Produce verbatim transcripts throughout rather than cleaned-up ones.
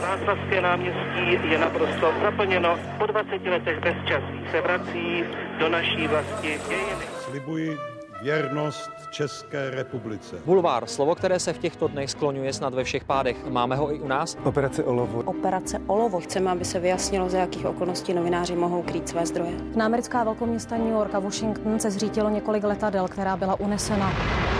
Václavské náměstí je naprosto zaplněno. Po dvaceti letech bezčasí se vrací do naší vlasti dějiny. Slibuji věrnost České republice. Bulvár, slovo, které se v těchto dnech skloňuje snad ve všech pádech. Máme ho i u nás? Operace Olovo. Operace Olovo. Chceme, aby se vyjasnilo, za jakých okolností novináři mohou krýt své zdroje. Na americká velkoměsta New York a Washington se zřítilo několik letadel, která byla unesena.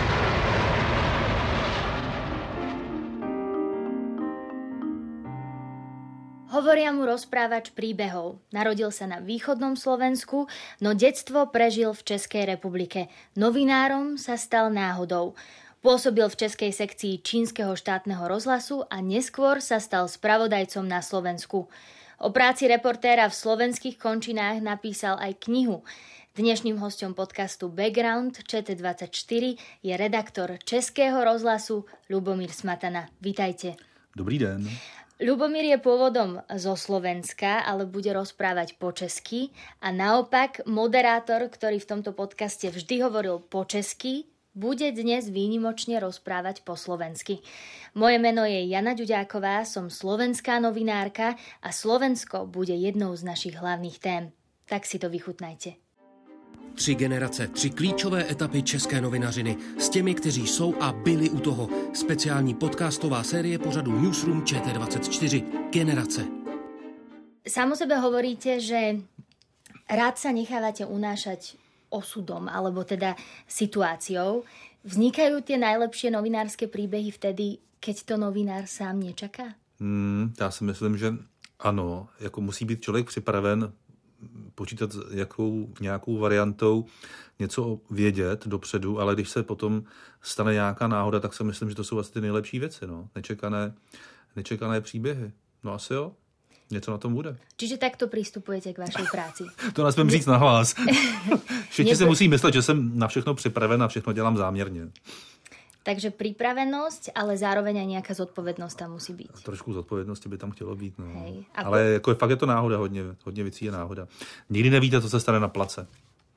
Hovoria mu rozprávač príbehov. Narodil sa na východnom Slovensku, no detstvo prežil v Českej republike. Novinárom sa stal náhodou. Pôsobil v českej sekcii Čínskeho štátneho rozhlasu a neskôr sa stal spravodajcom na Slovensku. O práci reportéra v slovenských končinách napísal aj knihu. Dnešným hosťom podcastu Background Č T dvadsaťštyri je redaktor Českého rozhlasu Ľubomír Smatana. Vítajte. Dobrý den. Ľubomír je pôvodom zo Slovenska, ale bude rozprávať po česky a naopak moderátor, ktorý v tomto podcaste vždy hovoril po česky, bude dnes výnimočne rozprávať po slovensky. Moje meno je Jana Ďuďáková, som slovenská novinárka a Slovensko bude jednou z našich hlavných tém. Tak si to vychutnajte. Tři generace, tři klíčové etapy české novinařiny s těmi, kteří jsou a byli u toho. Speciální podcastová série pořadu Newsroom Č T dvacet čtyři. Generace. Sám o sebe hovoríte, že rád sa nechávate unášať osudom, alebo teda situáciou. Vznikajú tie najlepšie novinárske príbehy vtedy, keď to novinár sám nečaká? Hmm, já si myslím, že ano. Jako musí být člověk připraven počítat jakou, nějakou variantou, něco vědět dopředu, ale když se potom stane nějaká náhoda, tak si myslím, že to jsou asi ty nejlepší věci. No. Nečekané, nečekané příběhy. No asi jo. Něco na tom bude. Čiže takto přistupujete k vaší práci? To nesmím říct nahlas. Všichni si musí myslet, že jsem na všechno připraven a všechno dělám záměrně. Takže pripravenosť, ale zároveň aj nejaká zodpovednosť tam musí byť. Trošku zodpovědnosti by tam chtělo být. No. Hej, ale jako fakt je to náhoda, hodně, hodně věcí je náhoda. Nikdy nevíte, co se stane na place.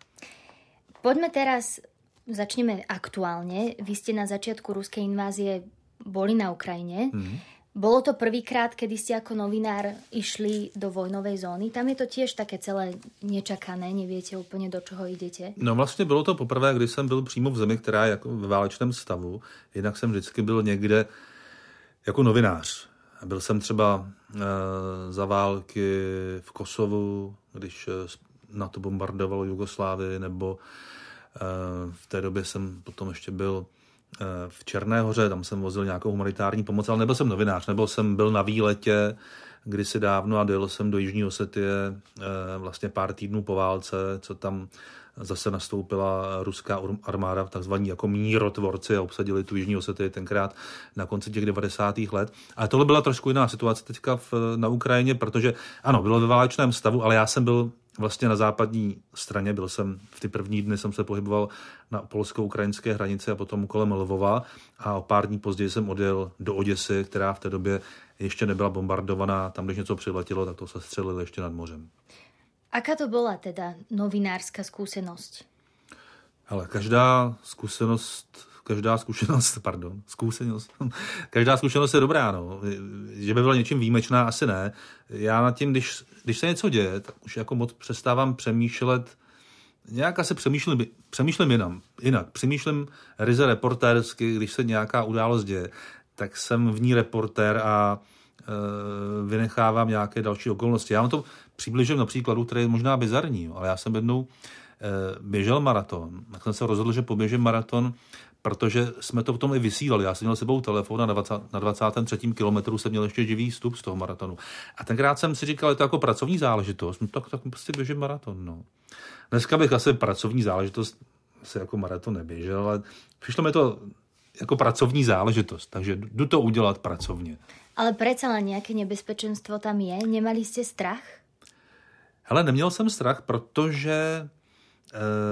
Poďme teraz, začneme aktuálne. Vy ste na začiatku ruskej invázie boli na Ukrajine. Mm-hmm. Bolo to prvýkrát, kedy ste ako novinár išli do vojnovej zóny? Tam je to tiež také celé nečakané, neviete úplne, do čoho idete? No vlastně bylo to poprvé, kdy jsem byl přímo v zemi, která je jako ve válečném stavu. Jinak jsem vždycky byl někde jako novinář. Byl jsem třeba e, za války v Kosovu, když na to bombardovalo Jugoslávii, nebo e, v té době jsem potom ještě byl v Černé Hoře, tam jsem vozil nějakou humanitární pomoc, ale nebyl jsem novinář, nebyl jsem, byl na výletě kdysi dávno a dojel jsem do Jižní Osetie vlastně pár týdnů po válce, co tam zase nastoupila ruská armáda, takzvaní jako mírotvorci a obsadili tu Jižní Osetii tenkrát na konci těch devadesátých let. Ale tohle byla trošku jiná situace teďka v, na Ukrajině, protože ano, bylo ve válečném stavu, ale já jsem byl vlastně na západní straně, byl jsem v ty první dny, jsem se pohyboval na polsko-ukrajinské hranici a potom kolem Lvova a o pár dní později jsem odjel do Oděsy, která v té době ještě nebyla bombardovaná. Tam, když něco přiletilo, tak to se střelilo ještě nad mořem. Aká to bola teda novinárska skúsenosť? Ale každá zkušenost, každá zkušenost, pardon, zkušenost, každá zkušenost je dobrá, no. Že by byla něčím výjimečná, asi ne. Já nad tím, když, když se něco děje, tak už jako moc přestávám přemýšlet, nějak asi přemýšlím, přemýšlím jinam, jinak. Přemýšlím ryze reportérsky, když se nějaká událost děje, tak jsem v ní reportér a e, vynechávám nějaké další okolnosti. Já vám to přibližím na příkladu, který je možná bizarní, ale já jsem jednou e, běžel maraton. Tak jsem se rozhodl, že poběžím maraton, protože jsme to v tom i vysílali. Já jsem měl sebou telefon a na, dvacátém, na dvacátém třetím kilometru jsem měl ještě živý vstup z toho maratonu. A tenkrát jsem si říkal, je to jako pracovní záležitost. No tak, tak prostě běžím maraton. No. Dneska bych asi pracovní záležitost se jako maraton neběžel, ale přišlo mi to jako pracovní záležitost, takže jdu to udělat pracovně. Ale predsa len nějaké nebezpečenstvo tam je? Nemali jste strach? Hele, neměl jsem strach, protože e,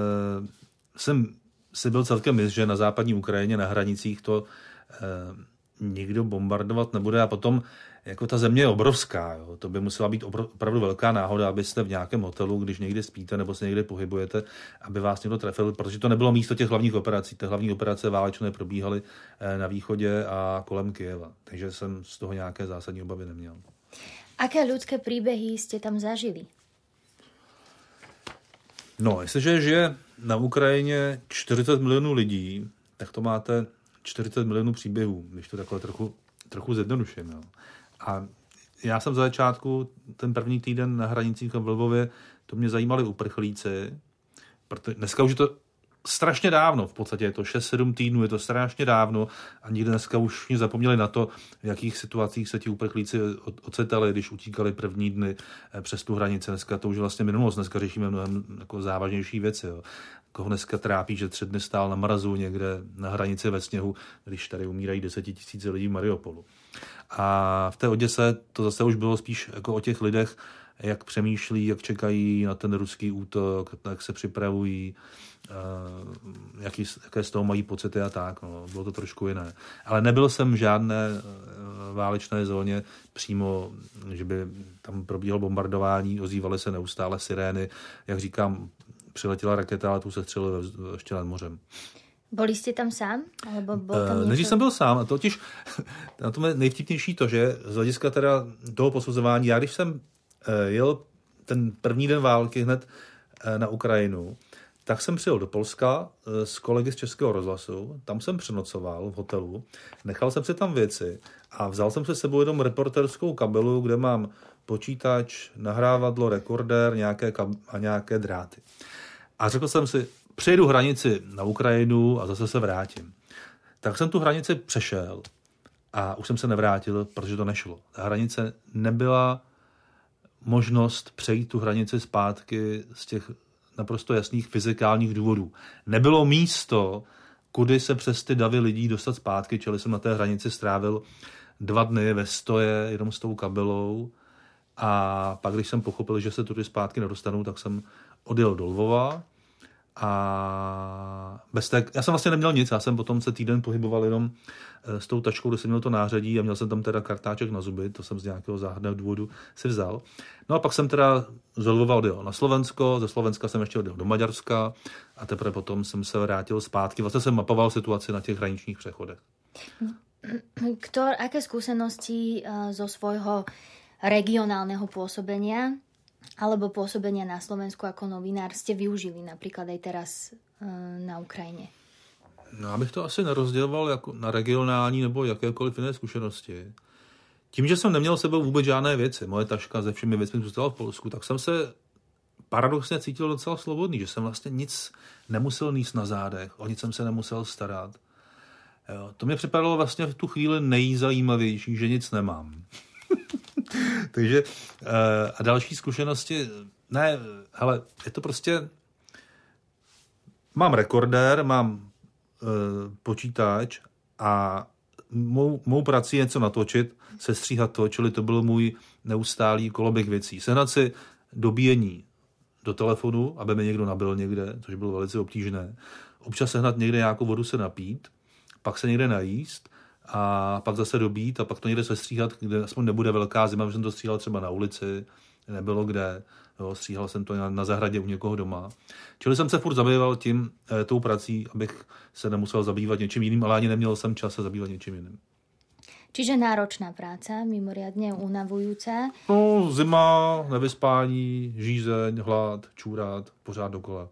jsem si byl celkem jist, že na západní Ukrajině, na hranicích to e, nikdo bombardovat nebude a potom jako ta země je obrovská. Jo. To by musela být opravdu velká náhoda, abyste v nějakém hotelu, když někde spíte nebo se někde pohybujete, aby vás někdo trefil, protože to nebylo místo těch hlavních operací. Ty hlavní operace válečné probíhaly na východě a kolem Kyjeva. Takže jsem z toho nějaké zásadní obavy neměl. Aké ľudské príbehy ste tam zažili? No, jestliže žije na Ukrajině čtyřicet milionů lidí, tak to máte čtyřicet milionů příběhů, když to takhle trochu, trochu zjednoduším. Jo. A já jsem za začátku, ten první týden na hranicích v Lvově, to mě zajímali uprchlíci, protože dneska už je to strašně dávno, v podstatě je to šest sedm týdnů, je to strašně dávno a nikdy dneska už mě zapomněli na to, v jakých situacích se ti uprchlíci ocitali, když utíkali první dny přes tu hranici. Dneska to už je vlastně minulost, dneska řešíme mnohem jako závažnější věci. Jo. Koho dneska trápí, že tři dny stál na mrazu někde na hranici ve sněhu, když tady umírají desetitisíce lidí v Mariupolu. A v té Oděse to zase už bylo spíš jako o těch lidech, jak přemýšlí, jak čekají na ten ruský útok, jak se připravují, jaký, jaké z toho mají pocity a tak. No, bylo to trošku jiné. Ale nebyl jsem v žádné válečné zóně přímo, že by tam probíhalo bombardování, ozývaly se neustále sirény. Jak říkám, přiletěla raketa, ale tu se střelili ještě nad mořem. Byli jste tam sám? Alebo bol tam Než jsem byl sám, a totiž na tom je nejvtipnější to, že z hlediska teda toho posuzování, já když jsem jel ten první den války hned na Ukrajinu, tak jsem přijel do Polska s kolegy z Českého rozhlasu, tam jsem přenocoval v hotelu, nechal jsem si tam věci a vzal jsem se sebou jenom reporterskou kabelu, kde mám počítač, nahrávadlo, rekordér nějaké kab- a nějaké dráty. A řekl jsem si, přejdu hranici na Ukrajinu a zase se vrátím. Tak jsem tu hranici přešel a už jsem se nevrátil, protože to nešlo. Ta hranice nebyla možnost přejít tu hranici zpátky z těch naprosto jasných fyzikálních důvodů. Nebylo místo, kudy se přes ty davy lidí dostat zpátky, čili jsem na té hranici strávil dva dny ve stoje, jenom s tou kabelou a pak, když jsem pochopil, že se tudy zpátky nedostanu, tak jsem odjel do Lvova a bez té, já jsem vlastně neměl nic, já jsem potom se týden pohyboval jenom s tou taškou, kde jsem měl to nářadí a měl jsem tam teda kartáček na zuby, to jsem z nějakého záhadného důvodu si vzal. No a pak jsem teda z Lvova odjel na Slovensko, ze Slovenska jsem ještě odjel do Maďarska a teprve potom jsem se vrátil zpátky. Vlastně jsem mapoval situaci na těch hraničních přechodech. Ktor, aké skúsenosti zo svojho regionálneho pôsobenia alebo pôsobenia na Slovensku ako novinár ste využili napríklad aj teraz na Ukrajině? No, já bych to asi nerozděloval jako na regionální nebo jakékoliv jiné zkušenosti. Tím, že jsem neměl s sebou vůbec žádné věci, moje taška se všemi věcmi zůstala v Polsku, tak jsem se paradoxně cítil docela svobodný, že jsem vlastně nic nemusel nést na zádech, o nic jsem se nemusel starat. Jo, to mě připadalo vlastně v tu chvíli nejzajímavější, že nic nemám. Takže a další zkušenosti, ne, hele, je to prostě, mám rekordér, mám e, počítač a mou, mou prací je něco natočit, sestříhat to, čili to byl můj neustálý koloběh věcí. Sehnat si dobíjení do telefonu, aby mi někdo nabil někde, což bylo velice obtížné. Občas sehnat někde nějakou vodu se napít, pak se někde najíst a pak zase dobít a pak to někde sestříhat, kde aspoň nebude velká zima, protože jsem to stříhal třeba na ulici, nebylo kde, jo, stříhal jsem to na, na zahradě u někoho doma. Čili jsem se furt zabýval tím, e, tou prací, abych se nemusel zabývat něčím jiným, ale ani neměl jsem čas se zabývat něčím jiným. Čiže náročná práca, mimoriadne unavujúca. No, zima, nevyspání, žízeň, hlad, čúrát, pořád dokola.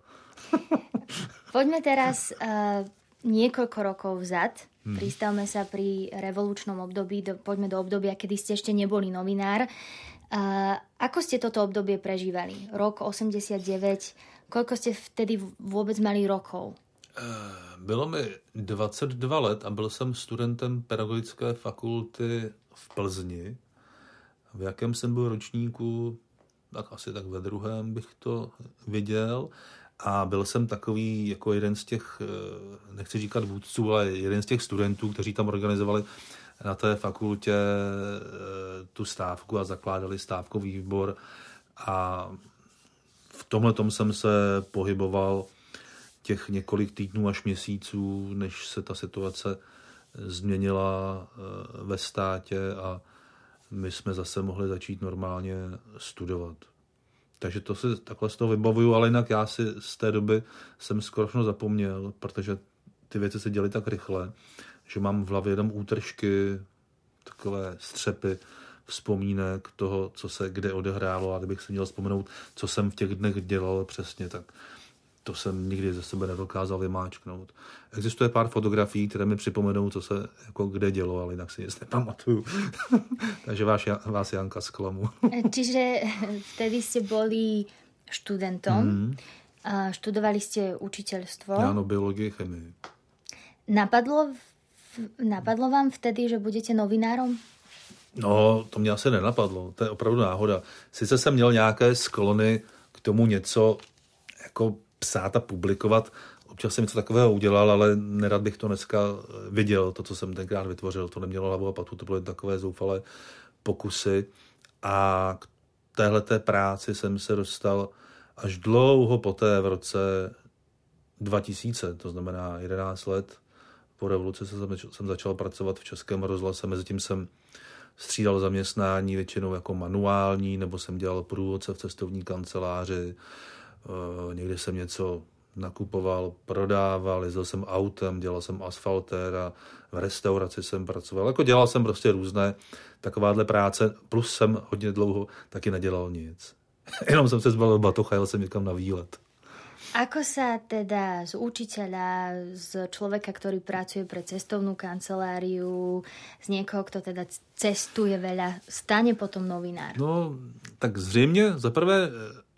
Poďme teraz uh, niekoľko rokov vzad. Hmm. Pristavme sa pri revolučnom období, do, poďme do obdobia, kedy ste ešte neboli novinár. Uh, ako ste toto obdobie prežívali? Rok osemdesiatdeväť, koľko ste vtedy vôbec mali rokov? Bylo mi dvacet dva let a byl jsem studentem pedagogické fakulty v Plzni. V jakém jsem byl ročníku, tak asi tak ve druhém bych to viděl. A byl jsem takový jako jeden z těch, nechci říkat vůdců, ale jeden z těch studentů, kteří tam organizovali na té fakultě tu stávku a zakládali stávkový výbor. A v tomhletom jsem se pohyboval těch několik týdnů až měsíců, než se ta situace změnila ve státě a my jsme zase mohli začít normálně studovat. Takže to si takhle z toho vybavuju, ale jinak já si z té doby jsem skoro všechno zapomněl, protože ty věci se děly tak rychle, že mám v hlavě jenom útržky, takové střepy vzpomínek toho, co se kde odehrálo, a kdybych si měl vzpomenout, co jsem v těch dnech dělal přesně, tak to jsem nikdy ze sebe nedokázal vymáčknout. Existuje pár fotografií, které mi připomenou, co se jako kde dělo, ale jinak si nic nepamatuju. Takže vás, vás Janka zklamu. Čiže vtedy ste boli študentom, mm. a študovali ste učiteľstvo. Áno, biológii, chemii. Napadlo, napadlo vám vtedy, že budete novinárom? No, to mě asi nenapadlo. To je opravdu náhoda. Sice jsem měl nějaké sklony k tomu něco jako psát a publikovat. Občas jsem něco takového udělal, ale nerad bych to dneska viděl, to, co jsem tenkrát vytvořil. To nemělo hlavu a patu, to byly takové zoufalé pokusy. A k téhleté práci jsem se dostal až dlouho poté, v roce dva tisíce, to znamená jedenáct let po revoluci jsem začal pracovat v Českém rozhlase. Mezitím jsem střídal zaměstnání většinou jako manuální, nebo jsem dělal průvodce v cestovní kanceláři. Někdy jsem něco nakupoval, prodával, jezdil jsem autem, dělal jsem asfaltéra, v restauraci jsem pracoval. Jako dělal jsem prostě různé takováhle práce, plus jsem hodně dlouho taky nedělal nic. Jenom jsem se zbalil batoh a jel jsem někam na výlet. Ako sa teda z učiteľa, z človeka, ktorý pracuje pre cestovnú kanceláriu, z niekoho, kto teda cestuje veľa, stane potom novinár? No, tak zřejmě zaprvé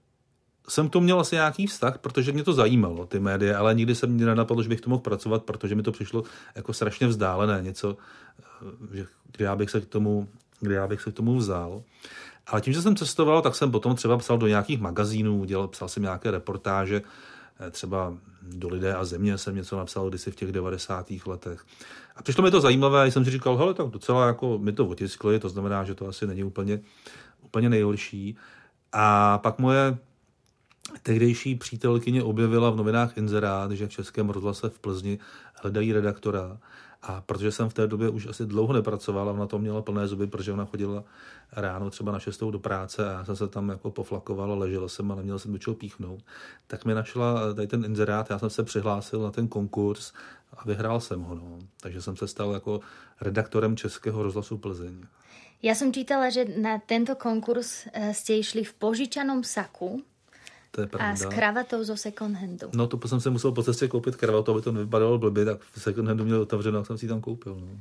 jsem to měl asi nějaký vztah, protože mě to zajímalo, ty média, ale nikdy se mě nenapadlo, že bych to mohl pracovat, protože mi to přišlo jako strašně vzdálené, něco, že kdy já bych se k tomu, kdy já bych se k tomu vzal. Ale tím, že jsem cestoval, tak jsem potom třeba psal do nějakých magazínů, dělal, psal jsem nějaké reportáže, třeba do Lidé a země jsem něco napsal kdysi v těch devadesátých letech. A přišlo mi to zajímavé, a jsem si říkal, hele, tak docela jako mi to otiskli, to znamená, že to asi není úplně, úplně nejhorší. A pak moje tehdejší přítelkyně objevila v novinách inzerát, že v Českém rozhlase v Plzni hledají redaktora. A protože jsem v té době už asi dlouho nepracoval a ona to měla plné zuby, protože ona chodila ráno třeba na šestou do práce a já jsem se tam jako poflakoval a ležel jsem a neměl jsem do čeho píchnout, tak mi našla tady ten inzerát, já jsem se přihlásil na ten konkurs a vyhrál jsem ho. No. Takže jsem se stal jako redaktorem Českého rozhlasu Plzeň. Ja som čítala, že na tento konkurs ste išli v požičanom saku. To je pravda. A s kravatou zo second handu. No to jsem se musel po cestě koupit kravatu, aby to nevypadalo blbě, tak v second handu měl otevřeno, jsem si ji tam koupil. No.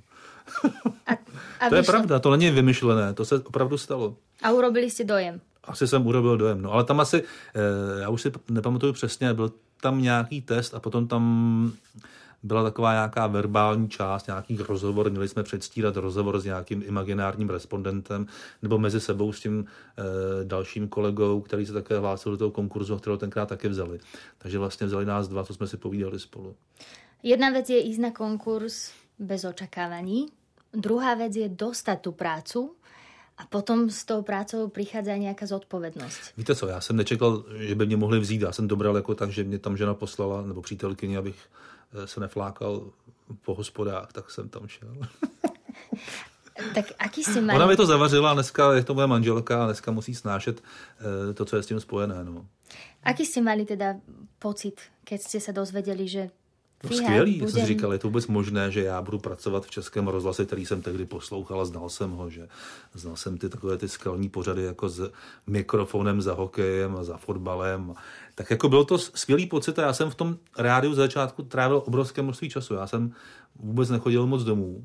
A, a to je pravda, to není vymyšlené, to se opravdu stalo. A urobili jste dojem? Asi jsem urobil dojem, no ale tam asi, já už si nepamatuju přesně, byl tam nějaký test a potom tam byla taková nějaká verbální část, nějaký rozhovor, měli jsme předstírat rozhovor s nějakým imaginárním respondentem nebo mezi sebou s tím e, dalším kolegou, který se také hlásil do toho konkurzu, kterého tenkrát taky vzali. Takže vlastně vzali nás dva, co jsme si povídali spolu. Jedna vec je ísť na konkurs bez očakávaní, druhá vec je dostať tú prácu a potom s tou prácou prichádza aj nejaká zodpovednosť. Víte co, já jsem nečekal, že by mě mohli vzít, já jsem to bral jako tak, že mě tam žena poslala, nebo přítelkyně, abych se neflákal po hospodách, tak jsem tam šel. Tak aký ste mali... Ona mi to zavařila, dneska je to moje manželka a dneska musí snášet to, co je s tím spojené. No. Aký ste mali teda pocit, keď ste sa dozvedeli, že No skvělý, budem... jsem si říkal, je to vůbec možné, že já budu pracovat v Českém rozhlase, který jsem tehdy poslouchal a znal jsem ho, že znal jsem ty takové ty skalní pořady jako s mikrofonem za hokejem a za fotbalem. Tak jako byl to skvělý pocit a já jsem v tom rádiu z začátku trávil obrovské množství času. Já jsem vůbec nechodil moc domů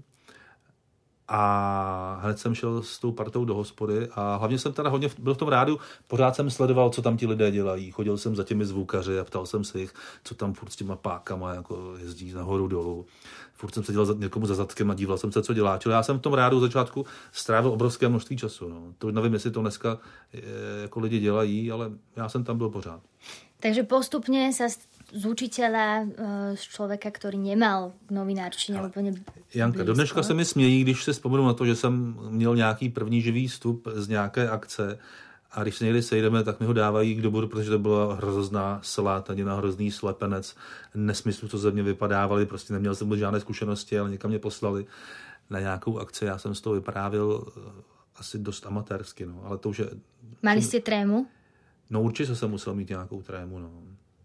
a hned jsem šel s tou partou do hospody a hlavně jsem teda hodně byl v tom rádiu, pořád jsem sledoval, co tam ti lidé dělají. Chodil jsem za těmi zvukaři a ptal jsem se jich, co tam furt s těma pákama jako jezdí nahoru dolů. Furt jsem seděl za, někomu za zadkem a díval jsem se, co dělá. Čili já jsem v tom rádiu v začátku strávil obrovské množství času. No. To nevím, jestli to dneska je, jako lidi dělají, ale já jsem tam byl pořád. Takže postupně se z učiteľa, z člověka, který nemal k novinárčine úplně Janka, do dneška se mi smějí, když se vzpomenu na to, že jsem měl nějaký první živý vstup z nějaké akce A když se někdy sejdeme, tak mi ho dávají k doboru, protože to byla hrozná slátanina, hrozný slepenec, nesmyslu, co ze mě vypadávali, prostě neměl jsem vůbec žádné zkušenosti, ale někam mě poslali na nějakou akci. Já jsem z toho vyprávěl asi dost amatérsky, no, ale to už je... Mali jste trému? No určitě jsem musel mít nějakou trému, no.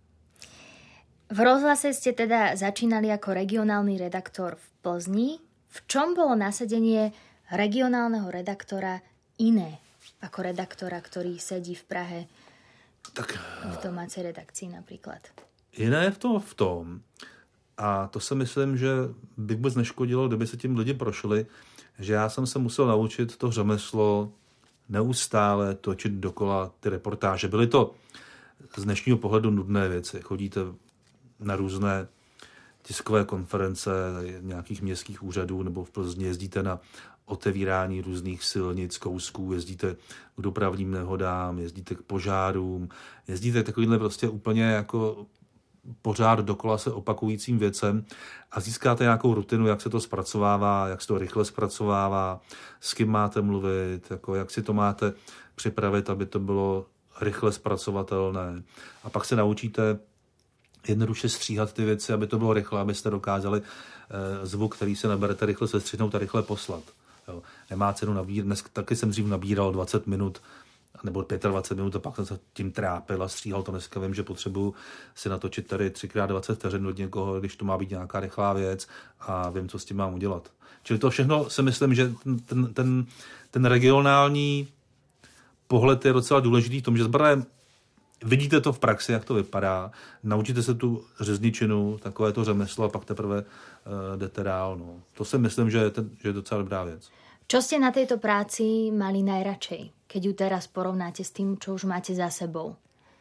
V rozhlase ste teda začínali ako regionálny redaktor v Plzni. V čom bolo nasadenie regionálneho redaktora iné ako redaktora, ktorý sedí v Prahe tak, v domácej redakcii napríklad? Jiné je to v tom, a to si myslím, že by vůbec neškodilo, kdyby se tím lidi prošli, že já jsem se musel naučit to řemeslo neustále točit dokola ty reportáže. Byly to z dnešního pohledu nudné věci. Chodíte na různé tiskové konference nějakých městských úřadů nebo v Plzni jezdíte na otevírání různých silnic, kousků, jezdíte k dopravním nehodám, jezdíte k požárům, jezdíte takovýhle prostě úplně jako pořád dokola se opakujícím věcem a získáte nějakou rutinu, jak se to zpracovává, jak se to rychle zpracovává, s kým máte mluvit, jako jak si to máte připravit, aby to bylo rychle zpracovatelné. A pak se naučíte jednoduše stříhat ty věci, aby to bylo rychle, abyste dokázali eh, zvuk, který se naberete, rychle sestřihnout a rychle poslat. Jo. Nemá cenu nabírat. Dnes taky jsem dřív nabíral dvacet minut nebo dvacet pět minut a pak jsem se tím trápil a stříhal to. Dneska vím, že potřebuju si natočit tady třikrát dvacet vteřin od někoho, když to má být nějaká rychlá věc a vím, co s tím mám udělat. Čili to všechno si myslím, že ten, ten, ten regionální pohled je docela důležitý v tom, že zbraně vidíte to v praxi, jak to vypadá, naučíte se tu řezničinu, takové to řemeslo a pak teprve uh, jdete dál. No. To si myslím, že je, ten, že je docela dobrá věc. Čo ste na tejto práci mali najradšej, keď ju teraz porovnáte s tým, čo už máte za sebou?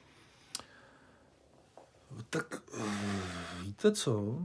Tak víte co?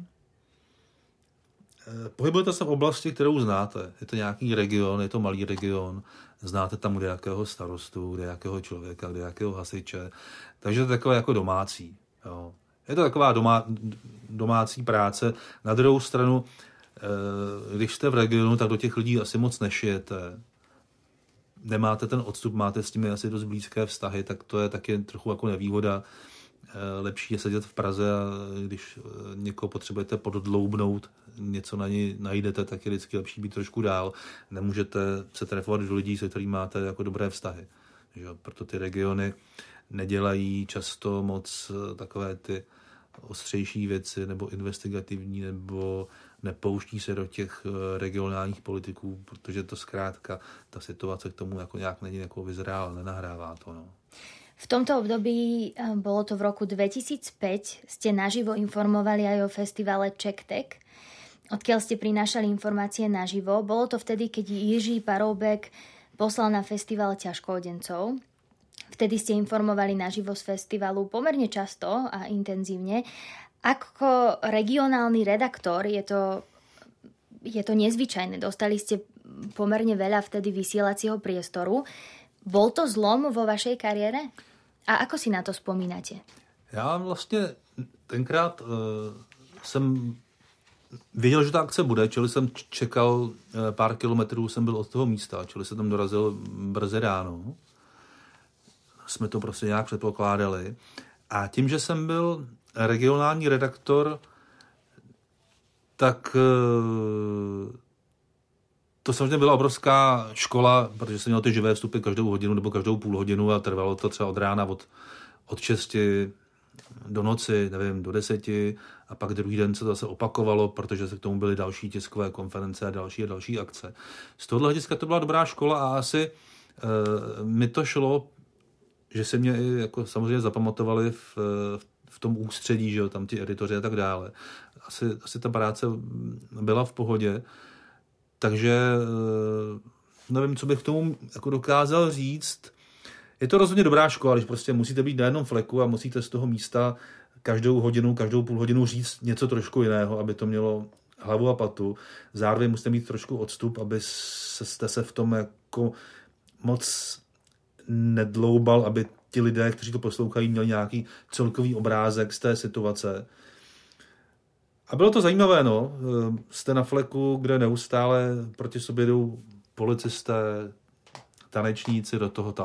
Pohybujete se v oblasti, kterou znáte. Je to nějaký region, je to malý region, znáte tam kdejakého starostu, kdejakého člověka, kdejakého hasiče, takže to je takové jako domácí. Jo. Je to taková domá, domácí práce. Na druhou stranu, když jste v regionu, tak do těch lidí asi moc nešijete. Nemáte ten odstup, máte s nimi asi dost blízké vztahy, tak to je taky trochu jako nevýhoda. Lepší je sedět v Praze a když někoho potřebujete poddloubnout, něco na něj najdete, tak je vždycky lepší být trošku dál. Nemůžete se trefovat do lidí, se kterými máte jako dobré vztahy. Že? Proto ty regiony nedělají často moc takové ty ostřejší věci nebo investigativní, nebo nepouští se do těch regionálních politiků, protože to zkrátka ta situace k tomu jako nějak není jako vyzrála, nenahrává to. No. V tomto období, bolo to v roku dvetisícpäť, ste naživo informovali aj o festivale CzechTech, odkiaľ ste prinášali informácie naživo. Bolo to vtedy, keď Jiří Paroubek poslal na festival ťažkoodencov. Vtedy ste informovali naživo z festivalu pomerne často a intenzívne. Ako regionálny redaktor je to, je to nezvyčajné. Dostali ste pomerne veľa vtedy vysielacieho priestoru. Bol to zlom vo vašej kariére? A ako si na to vzpomínáte? Já vlastně tenkrát uh, jsem věděl, že ta akce bude, čili jsem čekal uh, pár kilometrů, jsem byl od toho místa, čili jsem tam dorazil brzy ráno. Jsme to prostě nějak předpokládali. A tím, že jsem byl regionální redaktor, tak uh, to samozřejmě byla obrovská škola, protože jsem měl ty živé vstupy každou hodinu nebo každou půl hodinu a trvalo to třeba od rána od, od šesti do noci, nevím, do deseti a pak druhý den se to zase opakovalo, protože se k tomu byly další tiskové konference a další a další akce. Z tohohle hlediska to byla dobrá škola a asi uh, mi to šlo, že se mě i jako samozřejmě zapamatovali v, v tom ústředí, že jo, tam ti editoři a tak dále. Asi, asi ta práce byla v pohodě. Takže nevím, co bych k tomu jako dokázal říct. Je to rozhodně dobrá škola, když prostě musíte být na jednom fleku a musíte z toho místa každou hodinu, každou půl hodinu říct něco trošku jiného, aby to mělo hlavu a patu. Zároveň musíte mít trošku odstup, aby jste se v tom jako moc nedloubal, aby ti lidé, kteří to poslouchají, měli nějaký celkový obrázek z té situace. A bylo to zajímavé, no. Jste na fleku, kde neustále proti sobě jdou policisté, tanečníci, do toho ta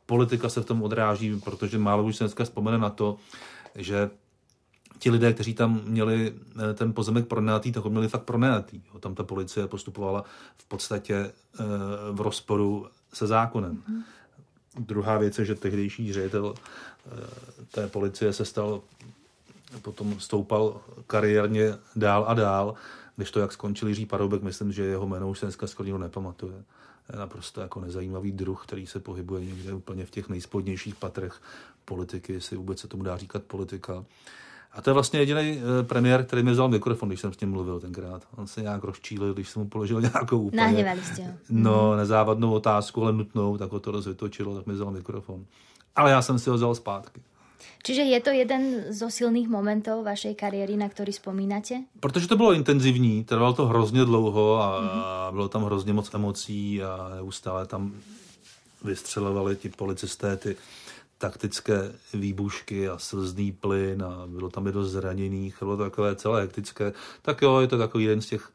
politika se v tom odráží, protože málo už se dneska vzpomene na to, že ti lidé, kteří tam měli ten pozemek pronajatý, tak ho měli fakt pronajatý. Tam ta policie postupovala v podstatě v rozporu se zákonem. Mm. Druhá věc je, že tehdejší ředitel té policie se stal, potom stoupal kariérně dál a dál, když to, jak skončil Jiří Paroubek, myslím, že jeho jméno už se dneska skoro nikdo nepamatuje. Je naprosto jako nezajímavý druh, který se pohybuje někde úplně v těch nejspodnějších patrech politiky, jestli vůbec se tomu dá říkat politika. A to je vlastně jediný premiér, který mi vzal mikrofon, když jsem s ním mluvil tenkrát. On se nějak rozčílil, když jsem mu položil nějakou úplně Nahněvali jste ho. No, nezávadnou otázku, ale nutnou, tak ho to rozvytočilo, tak mi vzal mikrofon. Ale já jsem si ho vzal zpátky. Čiže je to jeden zo silných momentov vašej kariéry, na ktorý spomínate? Protože to bylo intenzivní, trvalo to hrozně dlouho a mm-hmm. bylo tam hrozně moc emocí a neustále tam vystřelovali ti policisté ty taktické výbušky a slzný plyn a bylo tam i dost zraněných, bylo to takové celé hektické. Tak jo, je to takový jeden z těch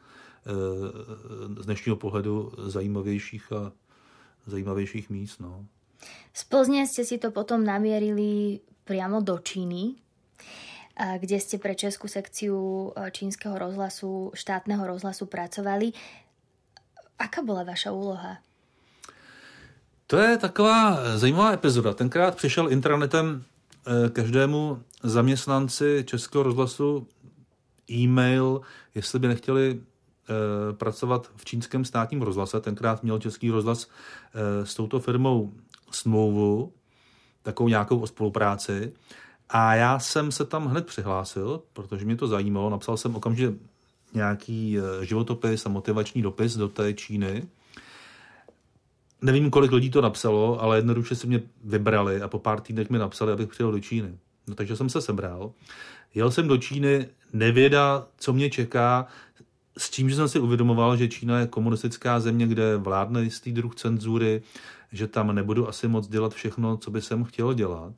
z dnešního pohledu zajímavějších a zajímavějších míst. No. Z Plzne ste si to potom namierili priamo do Číny, kde ste pre českú sekciu čínskeho rozhlasu, štátneho rozhlasu pracovali. Aká bola vaša úloha? To je taková zajímavá epizoda. Tenkrát přišel intranetem každému zaměstnanci Českého rozhlasu e-mail, jestli by nechtěli pracovat v čínském státním rozhlase. Tenkrát měl Český rozhlas s touto firmou smlouvu, takovou nějakou o spolupráci. A já jsem se tam hned přihlásil, protože mě to zajímalo. Napsal jsem okamžitě nějaký životopis a motivační dopis do té Číny. Nevím, kolik lidí to napsalo, ale jednoduše si mě vybrali a po pár týdnech mi napsali, abych přijel do Číny. No, takže jsem se sebral. Jel jsem do Číny, nevěda, co mě čeká, s tím, že jsem si uvědomoval, že Čína je komunistická země, kde vládne jistý druh cenzury, že tam nebudu asi moc dělat všechno, co by jsem chtěl dělat.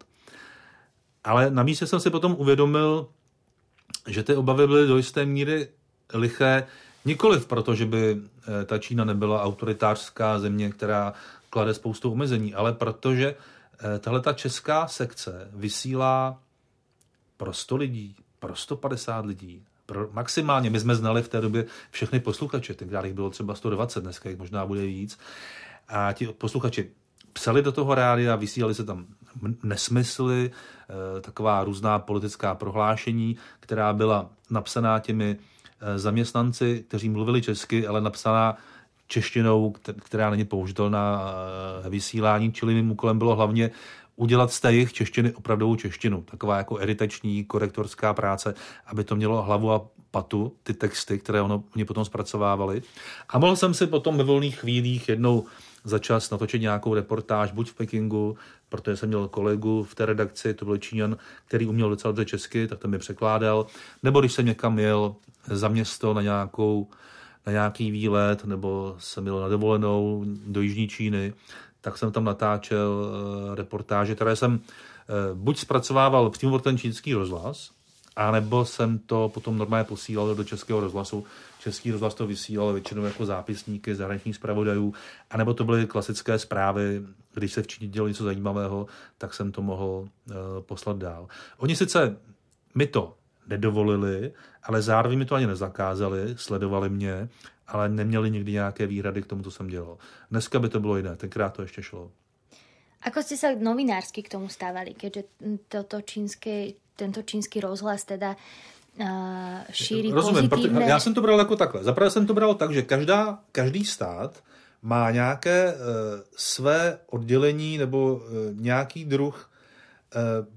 Ale na místě jsem si potom uvědomil, že ty obavy byly do jisté míry liché, nikoliv proto, že by ta Čína nebyla autoritářská země, která klade spoustu omezení, ale protože tahle ta česká sekce vysílá pro sto lidí, pro sto padesát lidí, pro maximálně. My jsme znali v té době všechny posluchače, tenkrát jich bylo třeba sto dvacet, dneska jich možná bude víc. A ti posluchači psali do toho rádia, vysílali se tam nesmysly, taková různá politická prohlášení, která byla napsaná těmi zaměstnanci, kteří mluvili česky, ale napsaná češtinou, která není použitelná vysílání, čili mým úkolem bylo hlavně udělat z té jejich češtiny opravdovou češtinu. Taková jako editační, korektorská práce, aby to mělo hlavu a patu, ty texty, které ono, oni potom zpracovávali. A mohl jsem si potom ve volných chvílích jednou za čas natočit nějakou reportáž, buď v Pekingu, protože jsem měl kolegu v té redakci, to byl Číňan, který uměl docela dobře česky, tak to mi překládal. Nebo když jsem někam jel za město na, nějakou, na nějaký výlet, nebo jsem jel na dovolenou do Jižní Číny, tak jsem tam natáčel reportáže, které jsem buď zpracovával přímo pro ten čínský rozhlas, anebo jsem to potom normálně posílal do Českého rozhlasu. Český rozhlas to vysílal většinou jako zápisníky zahraničních zpravodajů, anebo to byly klasické zprávy, když se v Číně dělo něco zajímavého, tak jsem to mohl uh, poslat dál. Oni sice mi to nedovolili, ale zároveň mi to ani nezakázali, sledovali mě, ale neměli nikdy nějaké výhrady k tomu, co jsem dělal. Dneska by to bylo jiné, tenkrát to ještě šlo. Ako ste sa novinársky k tomu stávali, keďže toto čínske, tento čínsky rozhlas teda uh, šíří Rozumím, pozitívne... Já jsem to bral jako takhle. Zaprvé jsem to bral tak, že každá, každý stát má nějaké uh, své oddělení nebo uh, nějaký druh uh,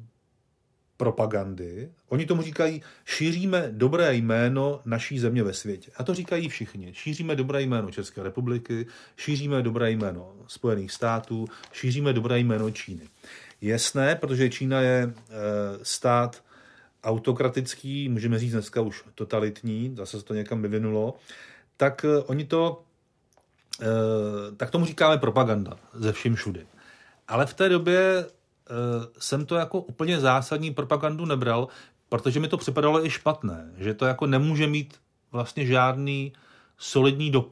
propagandy. Oni tomu říkají, šíříme dobré jméno naší země ve světě. A to říkají všichni. Šíříme dobré jméno České republiky, šíříme dobré jméno Spojených států, šíříme dobré jméno Číny. Jasné, protože Čína je e, stát autokratický, můžeme říct dneska už totalitní, zase se to někam vyvinulo, tak e, oni to, e, tak tomu říkáme propaganda ze vším všudy. Ale v té době jsem to jako úplně zásadní propagandu nebral, protože mi to připadalo i špatné, že to jako nemůže mít vlastně žádný solidní dopad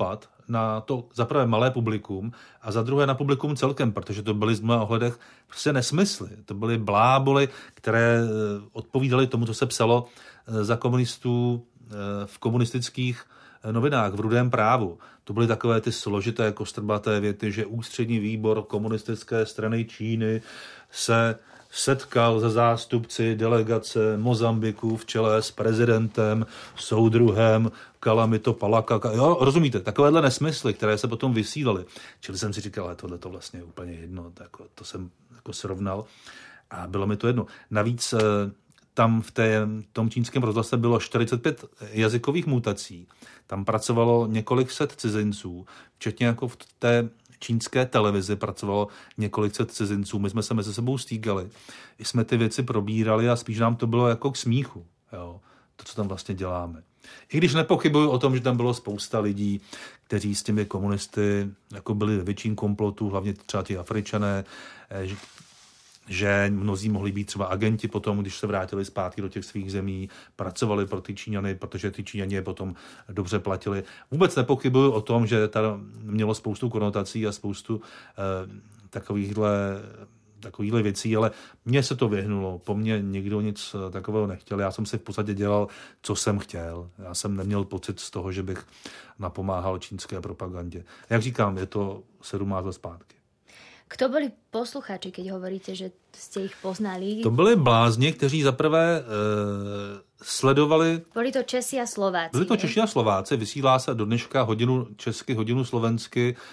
na to za prvé malé publikum a za druhé na publikum celkem, protože to byly z mnoha ohledech prostě nesmysly. To byly bláboly, které odpovídaly tomu, co se psalo za komunistů v komunistických novinách, v Rudém právu. To byly takové ty složité, kostrbaté věty, že ústřední výbor komunistické strany Číny se setkal se zástupci delegace Mozambiku v čele s prezidentem, soudruhem Kalamito Palaka. Jo, rozumíte, takovéhle nesmysly, které se potom vysílaly. Čili jsem si říkal, ale tohle to vlastně je úplně jedno, tak to jsem jako srovnal a bylo mi to jedno. Navíc tam v té, tom čínském rozhlase bylo čtyřicet pět jazykových mutací. Tam pracovalo několik set cizinců, včetně jako v té čínské televizi pracovalo několik set cizinců. My jsme se mezi sebou stýkali. Jsme ty věci probírali a spíš nám to bylo jako k smíchu. Jo, to, co tam vlastně děláme. I když nepochybuju o tom, že tam bylo spousta lidí, kteří s těmi komunisty jako byli ve větším komplotu, hlavně třeba ti Afričané, že, že mnozí mohli být třeba agenti potom, když se vrátili zpátky do těch svých zemí, pracovali pro ty Číňany, protože ty Číňani je potom dobře platili. Vůbec nepochybuju o tom, že to mělo spoustu konotací a spoustu eh, takovýchhle, takovýchhle věcí, ale mně se to vyhnulo. Po mně nikdo nic takového nechtěl. Já jsem si v podstatě dělal, co jsem chtěl. Já jsem neměl pocit z toho, že bych napomáhal čínské propagandě. Jak říkám, je to sedmnáct let zpátky. Kto boli posluchači, keď hovoríte, že ste ich poznali? To byli blázni, kteří zaprvé e, sledovali... Boli to Česi a Slováci. Byli to Češi a Slováci. Vysílá se do dneška hodinu česky, hodinu slovensky e,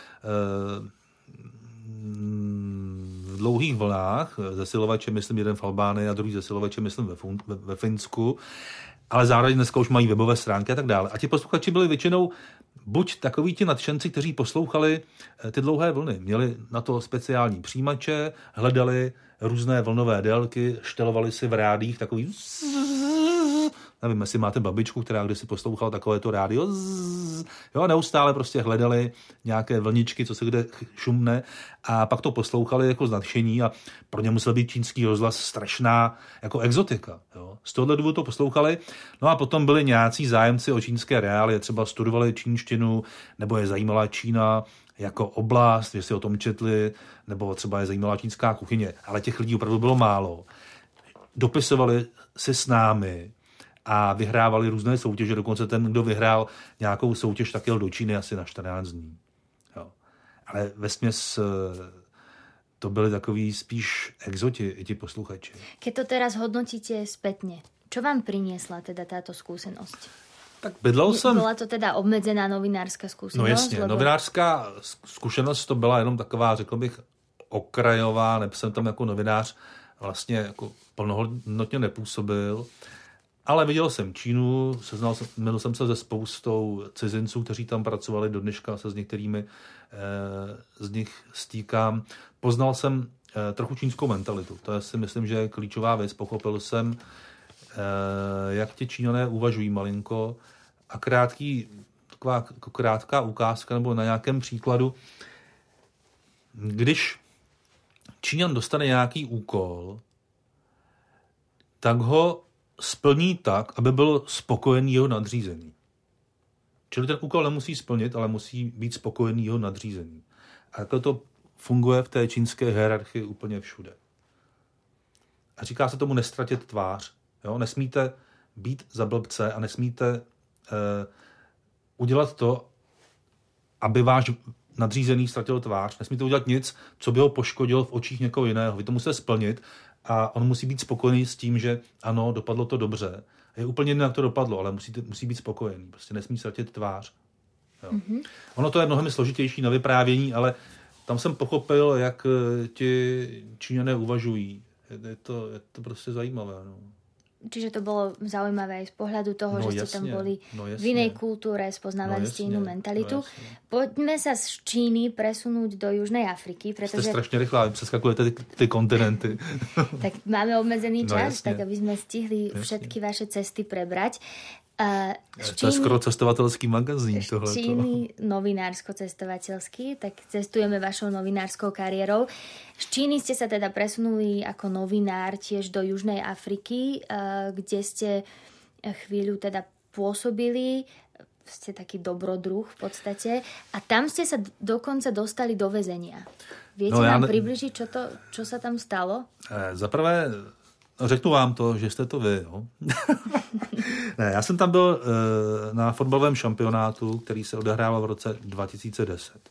v dlouhých vlnách. Zesilovače, myslím, jeden v Albánii a druhý zesilovače, myslím, ve, ve, ve Finsku. Ale zároveň dneska už mají webové stránky a tak dále. A ti posluchači byli většinou buď takoví ti nadšenci, kteří poslouchali ty dlouhé vlny. Měli na to speciální přijímače, hledali různé vlnové délky, štelovali si v rádích takový... Nevím, jestli máte babičku, která kdysi poslouchala takovéto rádio. Jo, neustále prostě hledali nějaké vlničky, co se kde šumne a pak to poslouchali jako z nadšení a pro ně musel být čínský rozhlas strašná jako exotika. Jo. Z tohohle důvodu to poslouchali. No a potom byli nějací zájemci o čínské reálie, třeba studovali čínštinu, nebo je zajímala Čína jako oblast, že si o tom četli, nebo třeba je zajímala čínská kuchyně. Ale těch lidí opravdu bylo málo. Dopisovali si s námi a vyhrávali různé soutěže. Dokonce ten, kdo vyhrál nějakou soutěž, tak jel do Číny asi na čtrnáct dní. Jo. Ale vesměs to byli takový spíš exoti, i ti posluchači. Keď to teraz hodnotíte spätne, čo vám priniesla teda táto skúsenosť? Tak bydlel jsem... Byla to teda obmedzená novinářská zkušenost? No jasně, lebo... novinářská zkušenost to byla jenom taková, řekl bych, okrajová, nebo jsem tam jako novinář vlastně jako plnohodnotně nepůsobil. Ale viděl jsem Čínu, seznal jsem, měl jsem se se spoustou cizinců, kteří tam pracovali, do dneška se s některými e, z nich stýkám. Poznal jsem e, trochu čínskou mentalitu. To je si myslím, že je klíčová věc. Pochopil jsem, e, jak ti Číňané uvažují malinko a krátký, taková krátká ukázka nebo na nějakém příkladu. Když Číňan dostane nějaký úkol, tak ho splní tak, aby byl spokojený jeho nadřízený. Čili ten úkol nemusí splnit, ale musí být spokojený jeho nadřízený. A takhle to funguje v té čínské hierarchii úplně všude. A říká se tomu nestratit tvář. Jo? Nesmíte být za blbce a nesmíte eh, udělat to, aby váš nadřízený ztratil tvář. Nesmíte udělat nic, co by ho poškodilo v očích někoho jiného. Vy to musíte splnit a on musí být spokojený s tím, že ano, dopadlo to dobře. Je úplně jiné, jak to dopadlo, ale musí, musí být spokojený. Prostě nesmí ztratit tvář. Jo. Mm-hmm. Ono to je mnohem složitější na vyprávění, ale tam jsem pochopil, jak ti Číňané uvažují. Je to, je to prostě zajímavé. No. Čiže to bolo zaujímavé aj z pohľadu toho, no, že jasne, ste tam boli no, v inej kultúre, spoznávali no, ste inú mentalitu. No, Poďme sa z Číny presunúť do Južnej Afriky, pretože... Ste strašne rýchla, přeskakujete ty, ty kontinenty. Tak máme obmedzený čas, no, tak aby sme stihli jasne. Všetky vaše cesty prebrať. Uh, z Číny, to je skoro cestovatelský magazín tohleto. Z Číny novinársko-cestovateľský, tak cestujeme vašou novinárskou kariérou. Z Číny ste sa teda presunuli ako novinár tiež do Južnej Afriky, uh, kde ste chvíľu teda pôsobili. ste taký dobrodruh v podstate. A tam ste sa dokonca dostali do väzenia. Viete no, nám ne... približiť, čo, to, čo sa tam stalo? E, za prvé, řeknu vám to, že jste to vy. Jo? ne, já jsem tam byl e, na fotbalovém šampionátu, který se odehrával v roce dva tisíce deset.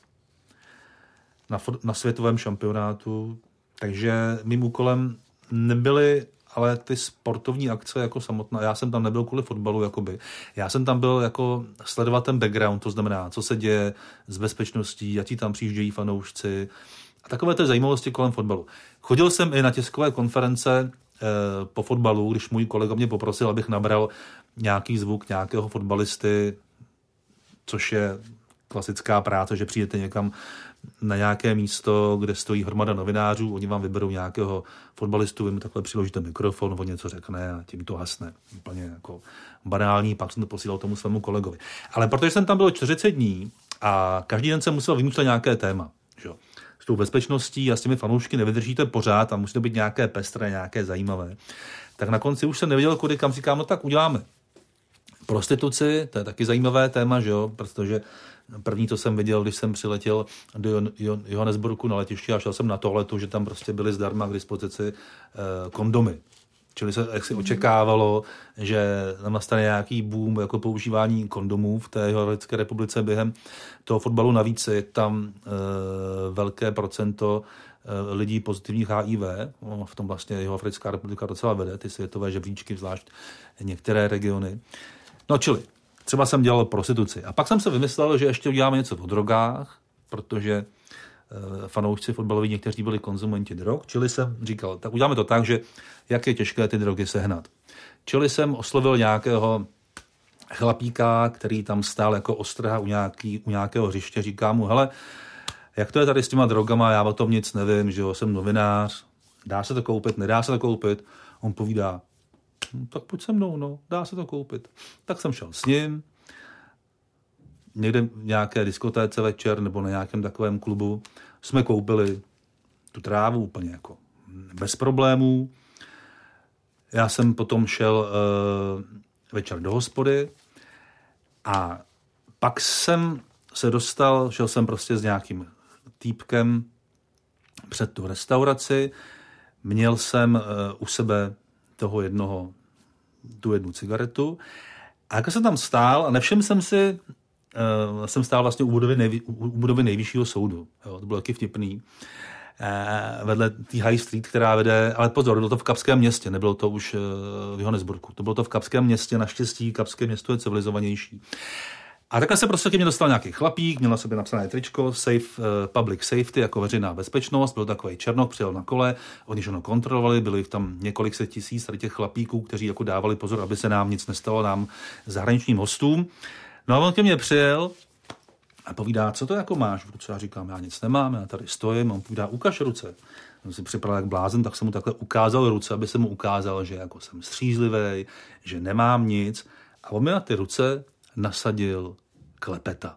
Na, na světovém šampionátu. Takže mým úkolem nebyly ale ty sportovní akce jako samotná. Já jsem tam nebyl kvůli fotbalu, jakoby. Já jsem tam byl jako sledovat ten background, to znamená, co se děje s bezpečností, jaký tam přijíždějí fanoušci a takové ty zajímavosti kolem fotbalu. Chodil jsem i na tiskové konference eh, po fotbalu, když můj kolega mě poprosil, abych nabral nějaký zvuk nějakého fotbalisty, což je klasická práce, že přijdete někam na nějaké místo, kde stojí hromada novinářů, oni vám vyberou nějakého fotbalistu, vy mu takhle přiložíte mikrofon, on něco řekne a tím to hasne. Úplně jako banální, pak jsem to posílal tomu svému kolegovi. Ale protože jsem tam byl čtyřicet dní a každý den jsem musel vymýšlet nějaké téma. Že? S tou bezpečností a s těmi fanoušky nevydržíte pořád a musí to být nějaké pestré, nějaké zajímavé. Tak na konci už jsem nevěděl, kudy, kam říkám, no tak uděláme prostituci, to je taky zajímavé téma, že jo, protože první, co jsem viděl, když jsem přiletěl do Johannesburgu na letišti a šel jsem na toaletu, že tam prostě byly zdarma k dispozici eh, kondomy. Čili se jak si očekávalo, že tam nastane nějaký boom jako používání kondomů v té Jihoafrické republice během toho fotbalu. Navíc je tam eh, velké procento eh, lidí pozitivních H I V. No, v tom vlastně Jihoafrická republika docela vede, ty světové žebříčky, zvlášť některé regiony. No čili třeba jsem dělal prostituci. A pak jsem se vymyslel, že ještě uděláme něco o drogách, protože e, fanoušci fotbaloví někteří byli konzumenti drog. Čili jsem říkal, tak uděláme to tak, že jak je těžké ty drogy sehnat. Čili jsem oslovil nějakého chlapíka, který tam stál jako ostrha u, nějaký, u nějakého hřiště. Říkám mu, hele, jak to je tady s těma drogama, já o tom nic nevím, že jo, jsem novinář, dá se to koupit, nedá se to koupit. On povídá, no, tak pojď se mnou, no, dá se to koupit. Tak jsem šel s ním, někde v nějaké diskotéce večer nebo na nějakém takovém klubu jsme koupili tu trávu úplně jako bez problémů. Já jsem potom šel uh, večer do hospody a pak jsem se dostal, šel jsem prostě s nějakým týpkem před tu restauraci, měl jsem uh, u sebe toho jednoho, tu jednu cigaretu. A jako jsem tam stál a nevšiml jsem si, uh, jsem stál vlastně u budovy, nejvý, u budovy nejvyššího soudu. Jo, to bylo taky vtipný. Uh, vedle té High Street, která vede, ale pozor, bylo to v Kapském městě, nebylo to už uh, v Johannesburgu. To bylo to v Kapském městě, naštěstí Kapské město je civilizovanější. A takhle se prostě ke mně dostal nějaký chlapík, měl na sobě napsané tričko, safe, uh, public safety, jako veřejná bezpečnost, byl takový černok, přijel na kole, oni ho kontrolovali, byli jich tam několik set tisíc tady těch chlapíků, kteří jako dávali pozor, aby se nám nic nestalo, nám zahraničním hostům. No a on ke mně přijel a povídá, co to jako máš v ruce? Já říkám, já nic nemám, já tady stojím, a on povídá, ukaž ruce. On si připadal jak blázen, tak jsem mu takhle ukázal ruce, aby se mu ukázal, že jako jsem střízlivý, že nemám nic. A on mi na ty ruce nasadil klepeta.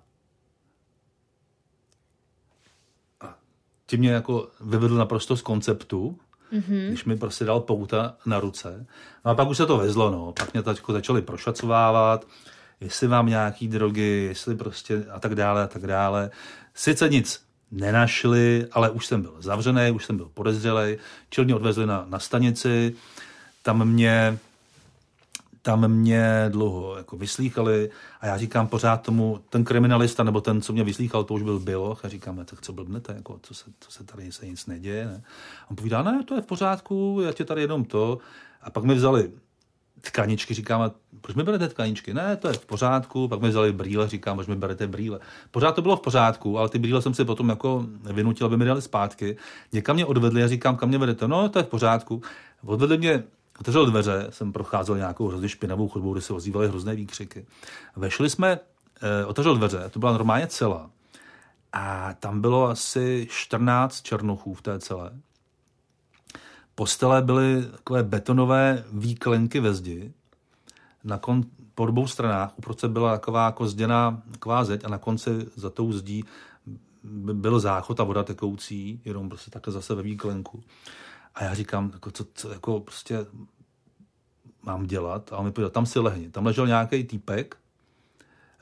A tím mě jako vyvedl naprosto z konceptu, mm-hmm. když mi prostě dal pouta na ruce. No a pak už se to vezlo, no. Pak mě tačko začali prošacovávat, jestli mám nějaký drogy, jestli prostě a tak dále a tak dále. Sice nic nenašli, ale už jsem byl zavřený, už jsem byl podezřelej, čili mě odvezli na, na stanici, tam mě tam mě dlouho jako vyslýchali a já říkám pořád tomu, ten kriminalista nebo ten, co mě vyslýchal, to už byl Biloch a říkám, tak co blbnete, jako, co, se, co se tady se nic neděje. Ne? A on povídá, ne, to je v pořádku, já tě tady jenom to. A pak mi vzali tkaničky, říkám, proč mi berete tkaničky? Ne, to je v pořádku. Pak mi vzali brýle, říkám, proč mi berete brýle? Pořád to bylo v pořádku, ale ty brýle jsem si potom jako vynutil, aby mi dali zpátky. Někam mě odvedli a říkám, kam mě vedete? No, to je v pořádku. Odvedli mě, otevřel dveře, jsem procházel nějakou hrozně špinavou chodbou, kde se ozývaly hrozné výkřiky. Vešli jsme, eh, otevřel dveře, to byla normálně cela. A tam bylo asi čtrnáct černochů v té celé. Postele byly takové betonové výklenky ve zdi. Na kon, po obou stranách uprostřed byla taková jako zděná taková zeď a na konci za tou zdí byl záchod a voda tekoucí, jenom prostě takhle zase ve výklenku. A já říkám, jako, co, co jako prostě mám dělat? A on mi pověděl, tam si lehni. Tam ležel nějaký týpek,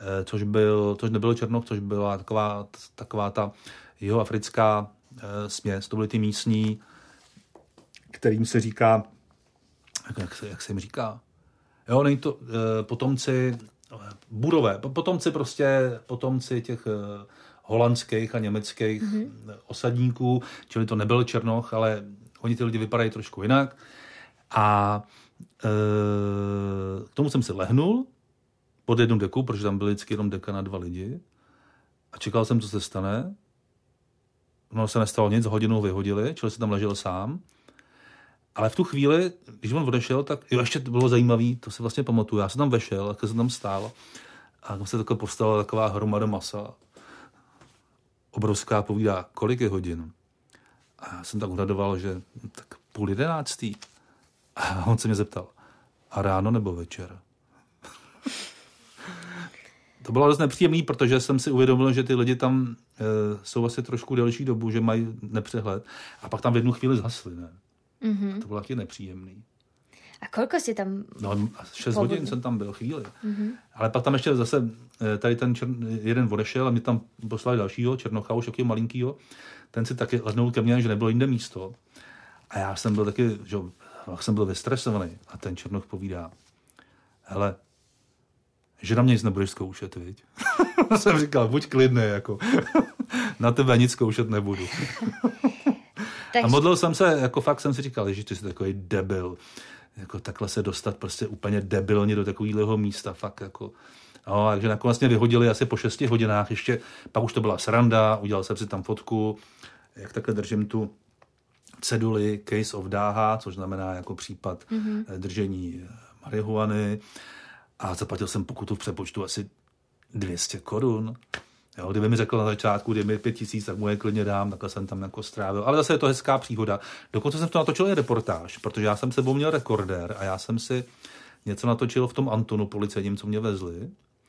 což, byl, což nebyl Černoch, což byla taková, taková ta jihoafrická směs. To byly ty místní, kterým se říká, jak se, jak se jim říká? Jo, není to potomci, Budové, potomci prostě, potomci těch holandských a německých mm-hmm. osadníků, čili to nebyl Černoch, ale oni ty lidi vypadají trošku jinak. A e, k tomu jsem si lehnul pod jednu deku, protože tam byly vždycky jenom deka na dva lidi. A čekal jsem, co se stane. No se nestalo nic, hodinou vyhodili, čili se tam ležel sám. Ale v tu chvíli, když on odešel, tak jo, ještě to bylo zajímavé, to si vlastně pamatuju. Já jsem tam vešel, jak jsem tam stál a tam se takhle postala taková hromada masa. Obrovská, povídá, kolik je hodin. A já jsem tak odhadoval, že tak půl jedenáctý. A on se mě zeptal, a ráno nebo večer? To bylo dost nepříjemný, protože jsem si uvědomil, že ty lidi tam e, jsou asi trošku delší dobu, že mají nepřehled. A pak tam v jednu chvíli zhasli, ne? Mm-hmm. To bylo taky nepříjemný. A kolko jsi tam... No, šest hodin jsem tam byl, chvíli. Mm-hmm. Ale pak tam ještě zase tady ten čer... jeden odešel a mě tam poslali dalšího, Černocha, už jakýho malinkýho. Ten si taky lehnul ke mně, že nebylo jinde místo. A já jsem byl taky, že jsem byl vystresovaný. A ten Černoch povídá, hele, že na mě nic nebudeš zkoušet, viď? Jsem říkal, buď klidný, jako. Na tebe nic zkoušet nebudu. Takže... A modlil jsem se, jako fakt jsem si říkal, že ty jsi takový debil. Jako takhle se dostat prostě úplně debilně do takového místa, fakt jako. No, takže nakonec mě vyhodili asi po šesti hodinách, ještě, pak už to byla sranda, udělal jsem si tam fotku, jak takhle držím tu ceduli Case of Dáha, což znamená jako případ mm-hmm. držení marihuany a zaplatil jsem pokutu v přepočtu asi dvě stě korun. Jo, kdyby mi řekl na začátku, dej mi pět tisíc, tak mu je klidně dám, takhle jsem tam jako strávil. Ale zase je to hezká příhoda. Dokonce jsem to natočil i reportáž, protože já jsem sebou měl rekordér a já jsem si něco natočil v tom Antonu policejním, co mě vezli.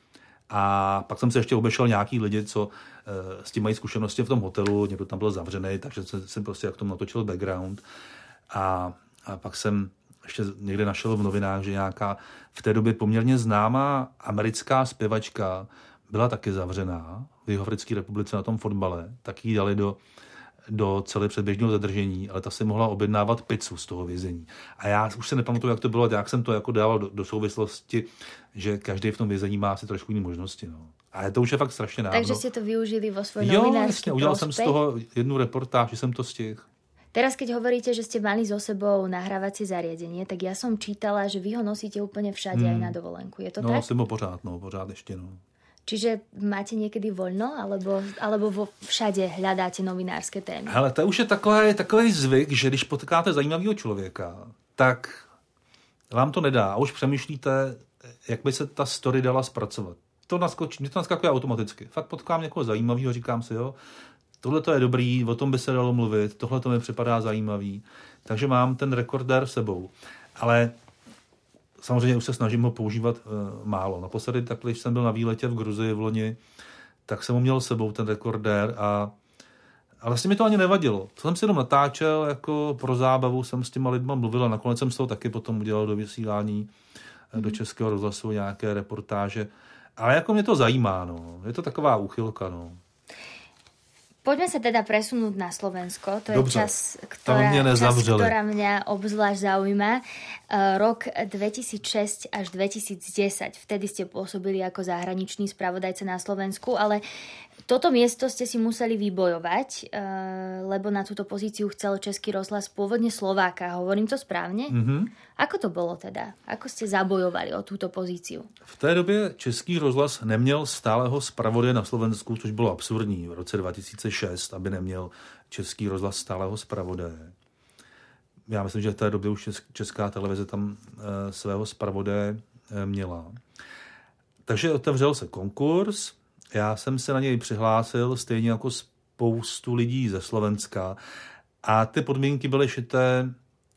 A pak jsem se ještě obešel nějaký lidi, co e, s tím mají zkušenosti v tom hotelu, někdo tam byl zavřený, takže jsem prostě jak tomu natočil background. A, a pak jsem ještě někde našel v novinách, že nějaká v té době poměrně známá americká zpěvačka byla taky zavřená v Jihoafrické republice na tom fotbale, tak jí dali do, do celé předběžného zadržení, ale ta si mohla objednávat pizzu z toho vězení. A já už se nepamatuju, jak to bylo, jak jsem to jako dával do, do souvislosti, že každý v tom vězení má asi trošku jiné možnosti. No. A to už je fakt strašně dávno. Takže jste to využili vo svoj novinářský prospech? Jo, jasně, udělal jsem z toho jednu reportáž, že jsem to stihl. Teraz, keď hovoríte, že ste mali so sebou nahrávacie zariadenie, tak ja som čítala, že vy ho nosíte úplne všade hmm. aj na dovolenku. Je to no, tak? No, som ho pořád, no, pořád ešte, no. Čiže máte niekedy voľno, alebo, alebo vo všade hľadáte novinárske témy? Hele, to už je takový, takový zvyk, že když potkáte zajímavého člověka, tak vám to nedá. A už přemýšlíte, jak by se ta story dala zpracovat. To naskočí, mě to naskakuje automaticky. Fakt potkám někoho zajímavého, říkám si, jo, tohle to je dobrý, o tom by se dalo mluvit, tohle to mi připadá zajímavý. Takže mám ten rekordér sebou. Ale samozřejmě už se snažím ho používat e, málo. Naposledy, tak když jsem byl na výletě v Gruzii v loni, tak jsem ho měl sebou, ten rekordér, a, a vlastně mi to ani nevadilo. To jsem si jenom natáčel, jako pro zábavu jsem s těma lidma mluvil a nakonec jsem z toho taky potom udělal do vysílání mm. do Českého rozhlasu nějaké reportáže. Ale jako mě to zajímá, no. Je to taková úchylka, no. Poďme sa teda presunúť na Slovensko. To Dobře, je čas, ktorá, čas, ktorá mňa obzvlášť zaujíma. Uh, rok dvetisícšesť až dvetisícdesať. Vtedy ste pôsobili ako zahraničný spravodajca na Slovensku, ale toto miesto ste si museli vybojovať, uh, lebo na túto pozíciu chcel Český rozhlas pôvodne Slováka. Hovorím to správne? Mm-hmm. Ako to bolo teda? Ako ste zabojovali o túto pozíciu? V té době Český rozhlas neměl stálého zpravodaje na Slovensku, což bylo absurdní v roce dva tisíce šest, aby neměl Český rozhlas stálého zpravodaje. Já myslím, že v té době už Česká televize tam e, svého zpravodaje e, měla. Takže otevřel se konkurs, já jsem se na něj přihlásil, stejně jako spoustu lidí ze Slovenska, a ty podmínky byly šité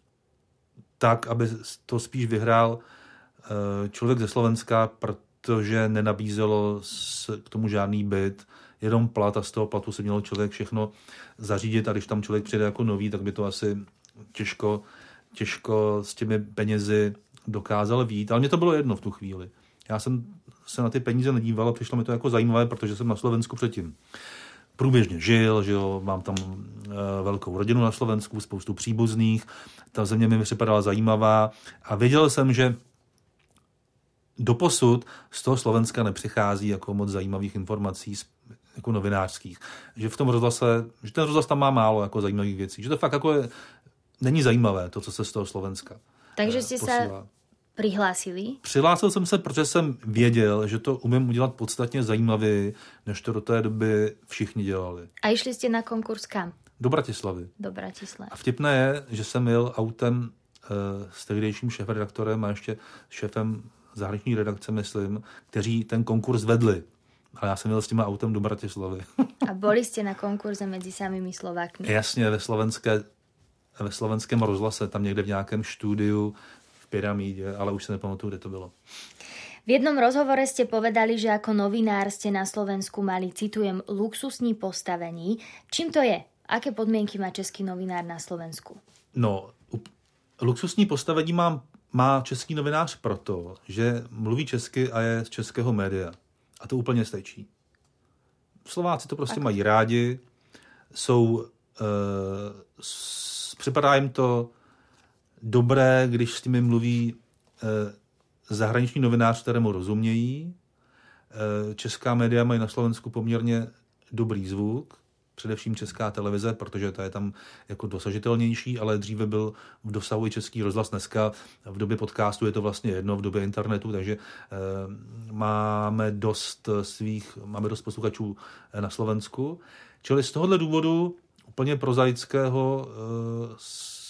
tak, aby to spíš vyhrál e, člověk ze Slovenska, protože nenabízelo k tomu žádný byt, jenom plat, a z toho platu si měl člověk všechno zařídit, a když tam člověk přijde jako nový, tak by to asi těžko, těžko s těmi penězi dokázal vyjít. Ale mně to bylo jedno v tu chvíli. Já jsem se na ty peníze nedíval a přišlo mi to jako zajímavé, protože jsem na Slovensku předtím průběžně žil, že jo, mám tam e, velkou rodinu na Slovensku, spoustu příbuzných, ta země mi připadala zajímavá a věděl jsem, že doposud z toho Slovenska nepřichází jako moc zajímavých informací jako novinářských. Že v tom rozhlase, že ten rozhlas tam má málo jako zajímavých věcí. Že to fakt jako je, není zajímavé, to, co se z toho Slovenska Takže jste se přihlásili? Přihlásil jsem se, protože jsem věděl, že to umím udělat podstatně zajímavěji, než to do té doby všichni dělali. A išli jste na konkurs kam? Do Bratislavy. Do Bratislavy. A vtipné je, že jsem jel autem e, s tehdejším šéfredaktorem a ještě šéfem zahraniční redakce, myslím, kteří ten konkurs vedli. A já jsem jel s tím autem do Bratislavy. A boli jste na konkurze mezi samými Slovákmi? Jasně, ve, slovenské, ve slovenském rozhlase, tam někde v nějakém štúdiu v Pyramíde, ale už se nepamatuju, kde to bylo. V jednom rozhovore ste povedali, že ako novinár ste na Slovensku mali, citujem, luxusní postavení. Čím to je? Aké podmienky má český novinár na Slovensku? No, luxusní postavení má, má český novinář proto, že mluví česky a je z českého média. A to úplně stačí. Slováci to prostě mají rádi, jsou, e, s, připadá jim to dobré, když s nimi mluví e, zahraniční novinář, kterému rozumějí. E, česká média mají na Slovensku poměrně dobrý zvuk, především česká televize, protože ta je tam jako dosažitelnější, ale dříve byl v dosahu i český rozhlas. Dneska v době podcastu je to vlastně jedno, v době internetu, takže e, máme dost svých, máme dost posluchačů na Slovensku. Čili z tohohle důvodu úplně prozaického e,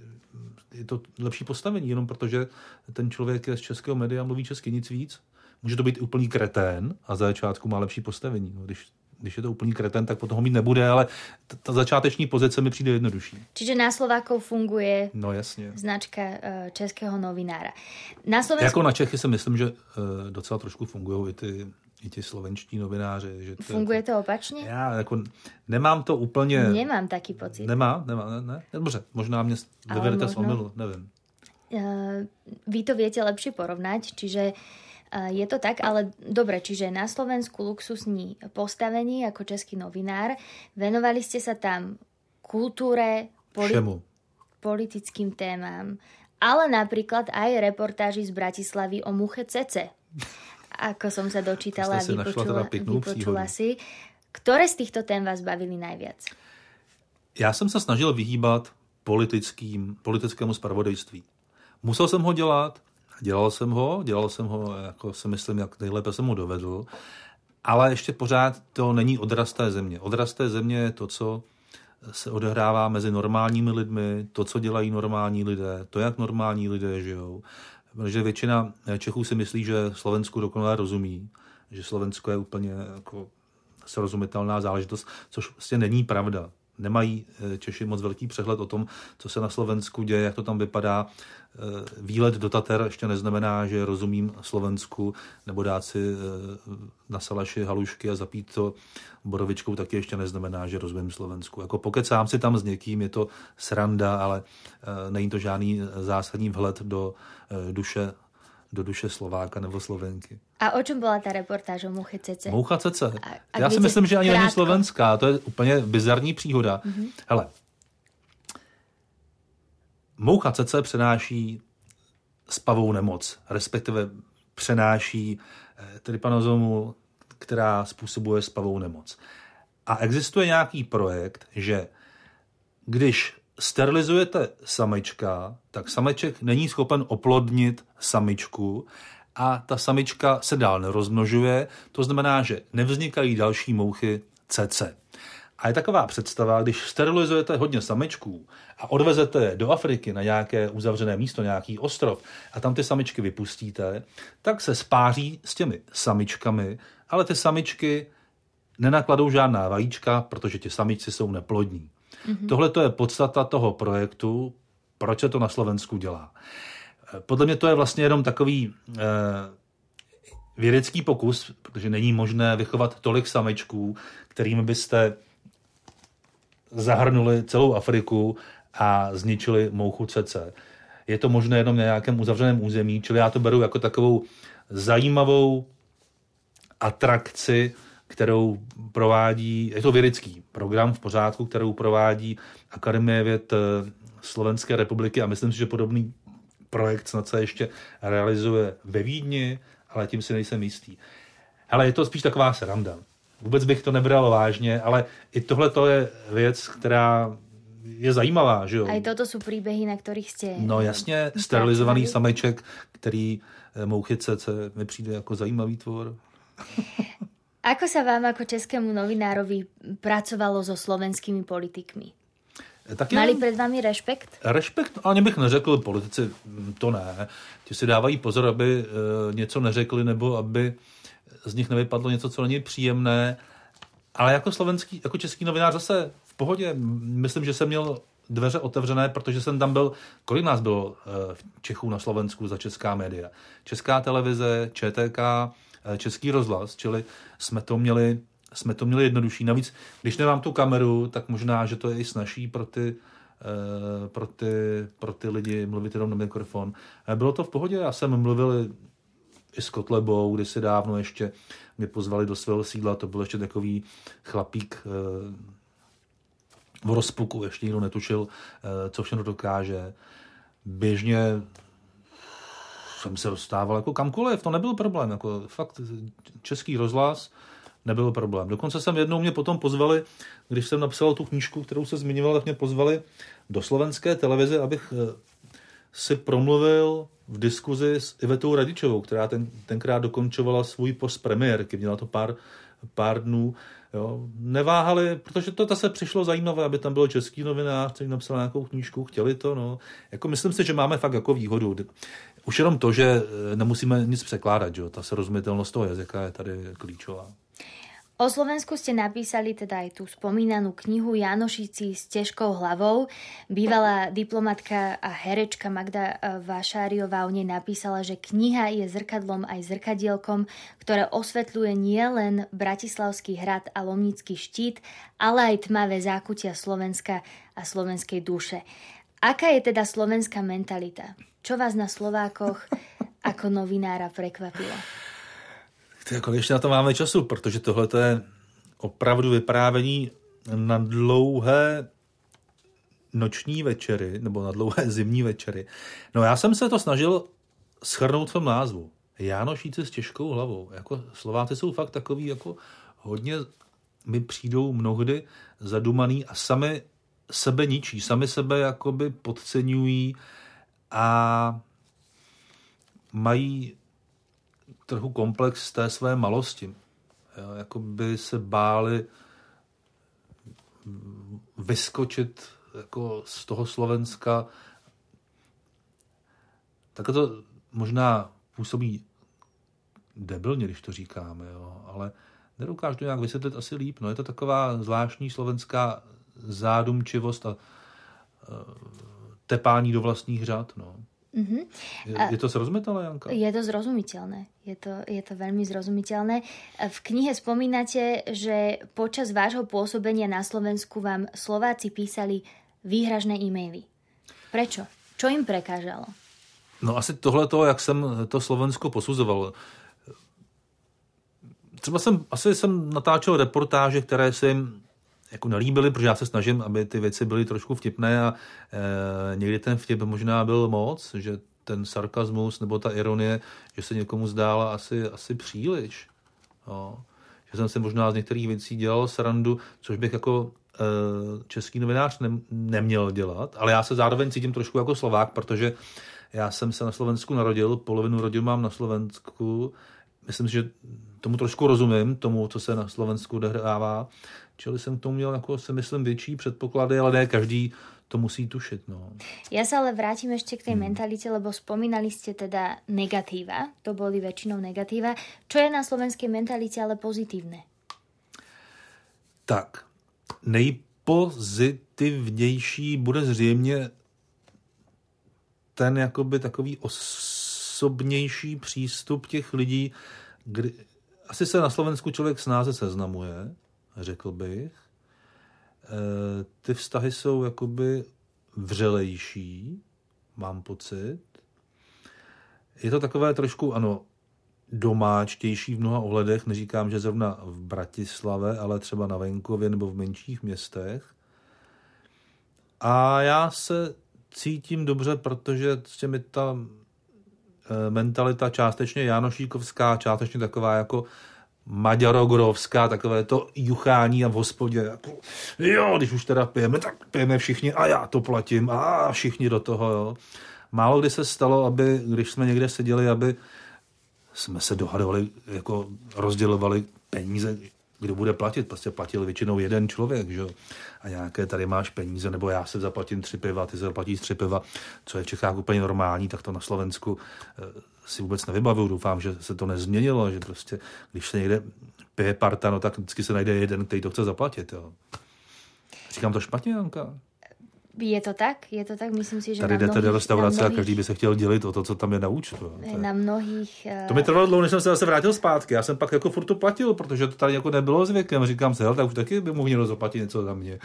je to lepší postavení, jenom protože ten člověk je z českého média, mluví česky, nic víc. Může to být úplný kretén a za začátku má lepší postavení. No, když Když je to úplný kreten, tak potom ho mít nebude, ale ta, ta začáteční pozice mi přijde jednodušší. Čiže na Slovákov funguje no, jasně. značka uh, českého novinára. Na Slovensku... Jako na Čechy si myslím, že uh, docela trošku fungují i ty, i ti slovenští novináři. Že to, Funguje to opačně? Já jako nemám to úplně... Nemám taký pocit. Nemá? Nemá, ne, ne? Dobře, možná mě vyvedete z omylu, nevím. Uh, vy to viete lepšie porovnať, čiže je to tak, ale dobre, čiže na Slovensku luxusní postavení ako český novinár, venovali ste sa tam kultúre, poli- politickým témam, ale napríklad aj reportáži z Bratislavy o muche Cece. Ako som sa dočítala a vypočula, vypočula si. Ktoré z týchto tém vás bavili najviac? Já jsem se snažil vyhýbat politickým, politickému zpravodajství. Musel jsem ho dělat, Dělal jsem ho, dělal jsem ho, jako si myslím, jak nejlépe jsem ho dovedl, ale ještě pořád to není odraz té země. Odraz té země je to, co se odehrává mezi normálními lidmi, to, co dělají normální lidé, to, jak normální lidé žijou. Protože většina Čechů si myslí, že Slovensku dokonale rozumí, že Slovensko je úplně jako srozumitelná záležitost, což vlastně není pravda. Nemají Češi moc velký přehled o tom, co se na Slovensku děje, jak to tam vypadá. Výlet do Tater ještě neznamená, že rozumím Slovensku, nebo dát si na salaši halušky a zapít to borovičkou, taky ještě neznamená, že rozumím Slovensku. Jako pokecám si tam s někým, je to sranda, ale není to žádný zásadní vhled do duše do duše Slováka nebo Slovenky. A o čem byla ta reportáž o muche Cece? Moucha Cece. A, a Já si myslím, že ani krátko. Není slovenská. To je úplně bizarní příhoda. Mm-hmm. Hele, moucha Cece přenáší spavou nemoc, respektive přenáší trypanozomu, která způsobuje spavou nemoc. A existuje nějaký projekt, že když sterilizujete samička, tak sameček není schopen oplodnit samičku a ta samička se dál nerozmnožuje. To znamená, že nevznikají další mouchy Cece. A je taková představa, když sterilizujete hodně samičků a odvezete je do Afriky na nějaké uzavřené místo, nějaký ostrov a tam ty samičky vypustíte, tak se spáří s těmi samičkami, ale ty samičky nenakladou žádná vajíčka, protože ti samičci jsou neplodní. Mm-hmm. Tohle to je podstata toho projektu, proč se to na Slovensku dělá. Podle mě to je vlastně jenom takový eh, vědecký pokus, protože není možné vychovat tolik samičků, kterými byste zahrnuli celou Afriku a zničili mouchu Cece. Je to možné jenom na nějakém uzavřeném území, čili já to beru jako takovou zajímavou atrakci, kterou provádí, je to vědecký program v pořádku, kterou provádí Akademie věd Slovenské republiky a myslím si, že podobný projekt snad se ještě realizuje ve Vídni, ale tím si nejsem jistý. Ale je to spíš taková sranda. Vůbec bych to nebral vážně, ale i tohle to je věc, která je zajímavá, že jo? Aj toto sú príbehy, na ktorých ste... No jasně, sterilizovaný sameček, který mouchyce mi přijde jako zajímavý tvor. Ako sa vám ako českému novinárovi pracovalo so slovenskými politikmi? Tak Mali pred vami rešpekt? Rešpekt, ani bych neřekl, politici to ne. Ti si dávají pozor, aby e, něco neřekli, nebo aby z nich nevypadlo něco, co není příjemné. Ale jako slovenský, jako český novinář zase v pohodě. Myslím, že jsem měl dveře otevřené, protože jsem tam byl, kolik nás bylo e, Čechů na Slovensku za česká média. Česká televize, Č T K, e, Český rozhlas, čili jsme to měli jsme to měli jednodušší. Navíc, když nemám tu kameru, tak možná, že to je i snažší pro ty, e, pro ty, pro ty lidi mluvit jenom na mikrofon. E, bylo to v pohodě, já jsem mluvil i s Kotlebou, kdysi dávno ještě mě pozvali do svého sídla, to byl ještě takový chlapík e, v rozpuku, ještě nikdo netušil, e, co všechno dokáže. Běžně jsem se dostával jako kamkoliv, to nebyl problém, jako fakt Český rozhlas nebyl problém. Dokonce jsem jednou mě potom pozvali, když jsem napsal tu knížku, kterou se zmiňoval, tak mě pozvali do slovenské televize, abych si promluvil v diskuzi s Ivetou Radičovou, která ten, tenkrát dokončovala svůj post premiérky, měla to pár, pár dnů. Jo. Neváhali, protože to se přišlo zajímavé, aby tam byl český novinář, který napsal nějakou knížku, chtěli to. No. Jako myslím si, že máme fakt jako výhodu. Už jenom to, že nemusíme nic překládat, že? Ta srozumitelnost toho jazyka je tady klíčová. O Slovensku ste napísali teda aj tú spomínanú knihu Jánošíci s ťažkou hlavou. Bývalá diplomatka a herečka Magda Vášáriová o nej napísala, že kniha je zrkadlom aj zrkadielkom, ktoré osvetľuje nielen Bratislavský hrad a Lomnický štít, ale aj tmavé zákutia Slovenska a slovenskej duše. Aká je teda slovenská mentalita? Čo vás na Slovákoch ako novinára prekvapilo? Jako ještě na to máme času, protože tohle je opravdu vyprávění na dlouhé noční večery, nebo na dlouhé zimní večery. No já jsem se to snažil shrnout v tom názvu. Jánošíci s těžkou hlavou. Jako Slováci jsou fakt takový, jako hodně mi přijdou mnohdy zadumaný a sami sebe ničí, sami sebe jakoby podceňují a mají trochu komplex té své malosti. Jo, jako by se báli vyskočit jako z toho Slovenska. Tak to možná působí debilně, když to říkáme, jo, ale nedokážu to nějak vysvětlit asi líp. No, je to taková zvláštní slovenská zádumčivost a uh, tepání do vlastních řad, no. Uh-huh. Je, je to zrozumiteľné, Janka? Je to zrozumiteľné. Je to, je to veľmi zrozumiteľné. V knihe spomínate, že počas vášho pôsobenia na Slovensku vám Slováci písali výhražné e-maily. Prečo? Čo im prekážalo? No asi tohleto, jak jsem to Slovensko posuzoval. Třeba jsem, asi jsem natáčel reportáže, které se jim jako nelíbily, protože já se snažím, aby ty věci byly trošku vtipné a e, někdy ten vtip možná byl moc, že ten sarkazmus nebo ta ironie, že se někomu zdála asi, asi příliš. No. Že jsem si možná z některých věcí dělal srandu, což bych jako e, český novinář ne, neměl dělat, ale já se zároveň cítím trošku jako Slovák, protože já jsem se na Slovensku narodil, polovinu rodinu mám na Slovensku, myslím si, že tomu trošku rozumím, tomu, co se na Slovensku odehrává. Čili jsem k tomu měl, jako si myslím, větší předpoklady, ale ne každý to musí tušit. No. Ja sa ale vrátim ešte k tej hmm. mentalite, lebo spomínali ste teda negatíva. To boli väčšinou negatíva. Čo je na slovenskej mentalite ale pozitívne? Tak, nejpozitivnější bude zřejmě ten jakoby takový osobnější přístup těch lidí, kdy asi se na Slovensku člověk snáze seznamuje, řekl bych. E, ty vztahy jsou jakoby vřelejší, mám pocit. Je to takové trošku, ano, domáčtější v mnoha ohledech. Neříkám, že zrovna v Bratislave, ale třeba na venkově nebo v menších městech. A já se cítím dobře, protože s těmi ta mentalita částečně janošíkovská, částečně taková jako maďarogorovská, takové to juchání a v hospodě. Jako, jo, když už teda pijeme, tak pijeme všichni a já to platím a všichni do toho. Jo. Málo kdy se stalo, aby, když jsme někde seděli, aby jsme se dohadovali, jako rozdělovali peníze, kdo bude platit. Prostě platil většinou jeden člověk, že? A nějaké tady máš peníze, nebo já se zaplatím tři piva, ty se zaplatíš tři piva, co je v Čechách úplně normální, tak to na Slovensku si vůbec nevybavuju. Doufám, že se to nezměnilo, že prostě, když se někde pije parta, no tak vždycky se najde jeden, který to chce zaplatit. Jo. Říkám to špatně, Janka? Je to tak? Je to tak? Myslím si, že tady na jdete do restaurace mnohých, a každý by se chtěl dělit o to, co tam je na účtu. Je... Na mnohých... Uh... To mi trvalo dlouho, než jsem se zase vrátil zpátky. Já jsem pak jako furt to platil, protože to tady jako nebylo zvykem. Říkám si, hele, tak už taky by mohl někdo zaplatit něco za mě.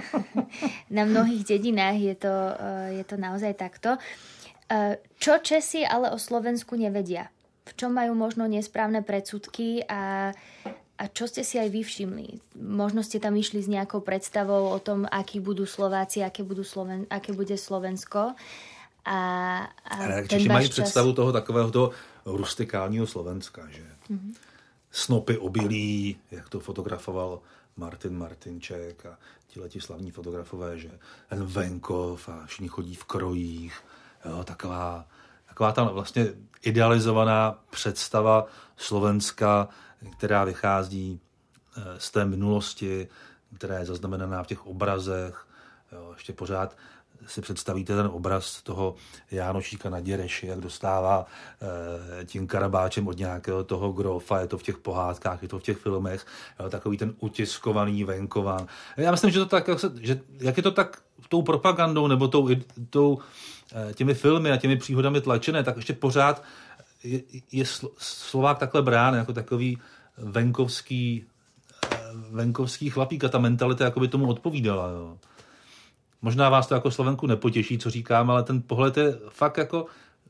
Na mnohých dedinách je to, uh, je to naozaj takto. Uh, čo Česi ale o Slovensku nevedia? V čom majú možno nesprávne predsudky a A čo ste si aj vy všimli? Možno ste tam išli s nejakou predstavou o tom, akí budú Slováci, aké, budú Sloven- aké bude Slovensko. A, a ale ten Češi mají čas... představu toho takového toho rustikálního Slovenska, že mm-hmm. snopy obilí, jak to fotografoval Martin Martinček a tihleti slavní fotografové, že ten venkov a všichni chodí v krojích, jo, taková, taková ta vlastně idealizovaná představa Slovenska, která vychází z té minulosti, která je zaznamenaná v těch obrazech. Jo, ještě pořád si představíte ten obraz toho Jánošíka na Děreši, jak dostává e, tím karabáčem od nějakého toho grofa, je to v těch pohádkách, je to v těch filmech, jo, takový ten utiskovaný venkovan. Já myslím, že to tak, jak, se, že, jak je to tak tou propagandou nebo tou, tou, těmi filmy a těmi příhodami tlačené, tak ještě pořád je, je Slovák takhle brán jako takový venkovský, venkovský chlapík a ta mentalita jako by tomu odpovídala. Jo. Možná vás to jako Slovenku nepotěší, co říkám, ale ten pohled je fakt jako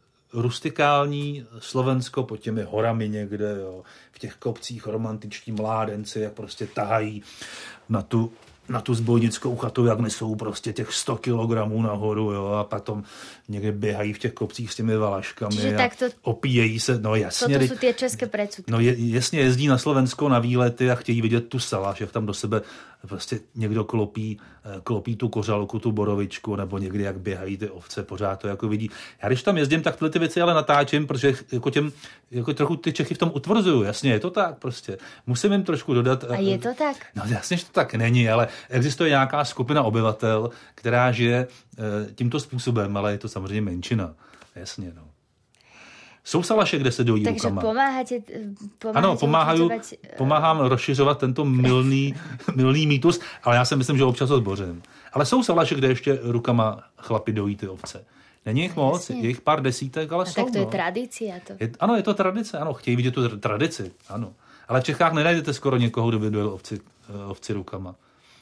rustikální Slovensko pod těmi horami někde, jo. V těch kopcích romantičtí mládenci, jak prostě tahají na tu na tu zbojnickou chatu, jak nesou prostě těch sto kilogramů nahoru, jo, a potom někde běhají v těch kopcích s těmi valaškami Čiže a takto, opíjejí se, no jasně. Toto jsou ty české predsudky. No je, jasně jezdí na Slovensko na výlety a chtějí vidět tu salaš, jak tam do sebe prostě někdo klopí, klopí tu kořalku, tu borovičku, nebo někdy jak běhají ty ovce, pořád to jako vidí. Já když tam jezdím, tak tyhle ty věci ale natáčím, protože jako těm, jako trochu ty Čechy v tom utvrzuju, jasně, je to tak prostě. Musím jim trošku dodat. A je to tak? No jasně, že to tak není, ale existuje nějaká skupina obyvatel, která žije tímto způsobem, ale je to samozřejmě menšina. Jasně, no. Jsou salaše, kde se dojí Takže rukama. Takže pomáháte, pomáháte ano, pomáhaju, pomáhám rozšiřovat tento milný, milný mýtus, ale já si myslím, že občas ho zbořím. Ale jsou salaše, kde ještě rukama chlapi dojí ty ovce. Není jich moc, jasně. Je jich pár desítek, ale a jsou. Tak to je no. tradice. To. Je, ano, je to tradice, ano, chtějí vidět tu tradici, ano. Ale v Čechách nenajdete skoro někoho, kdo by dojel ovci, ovci rukama.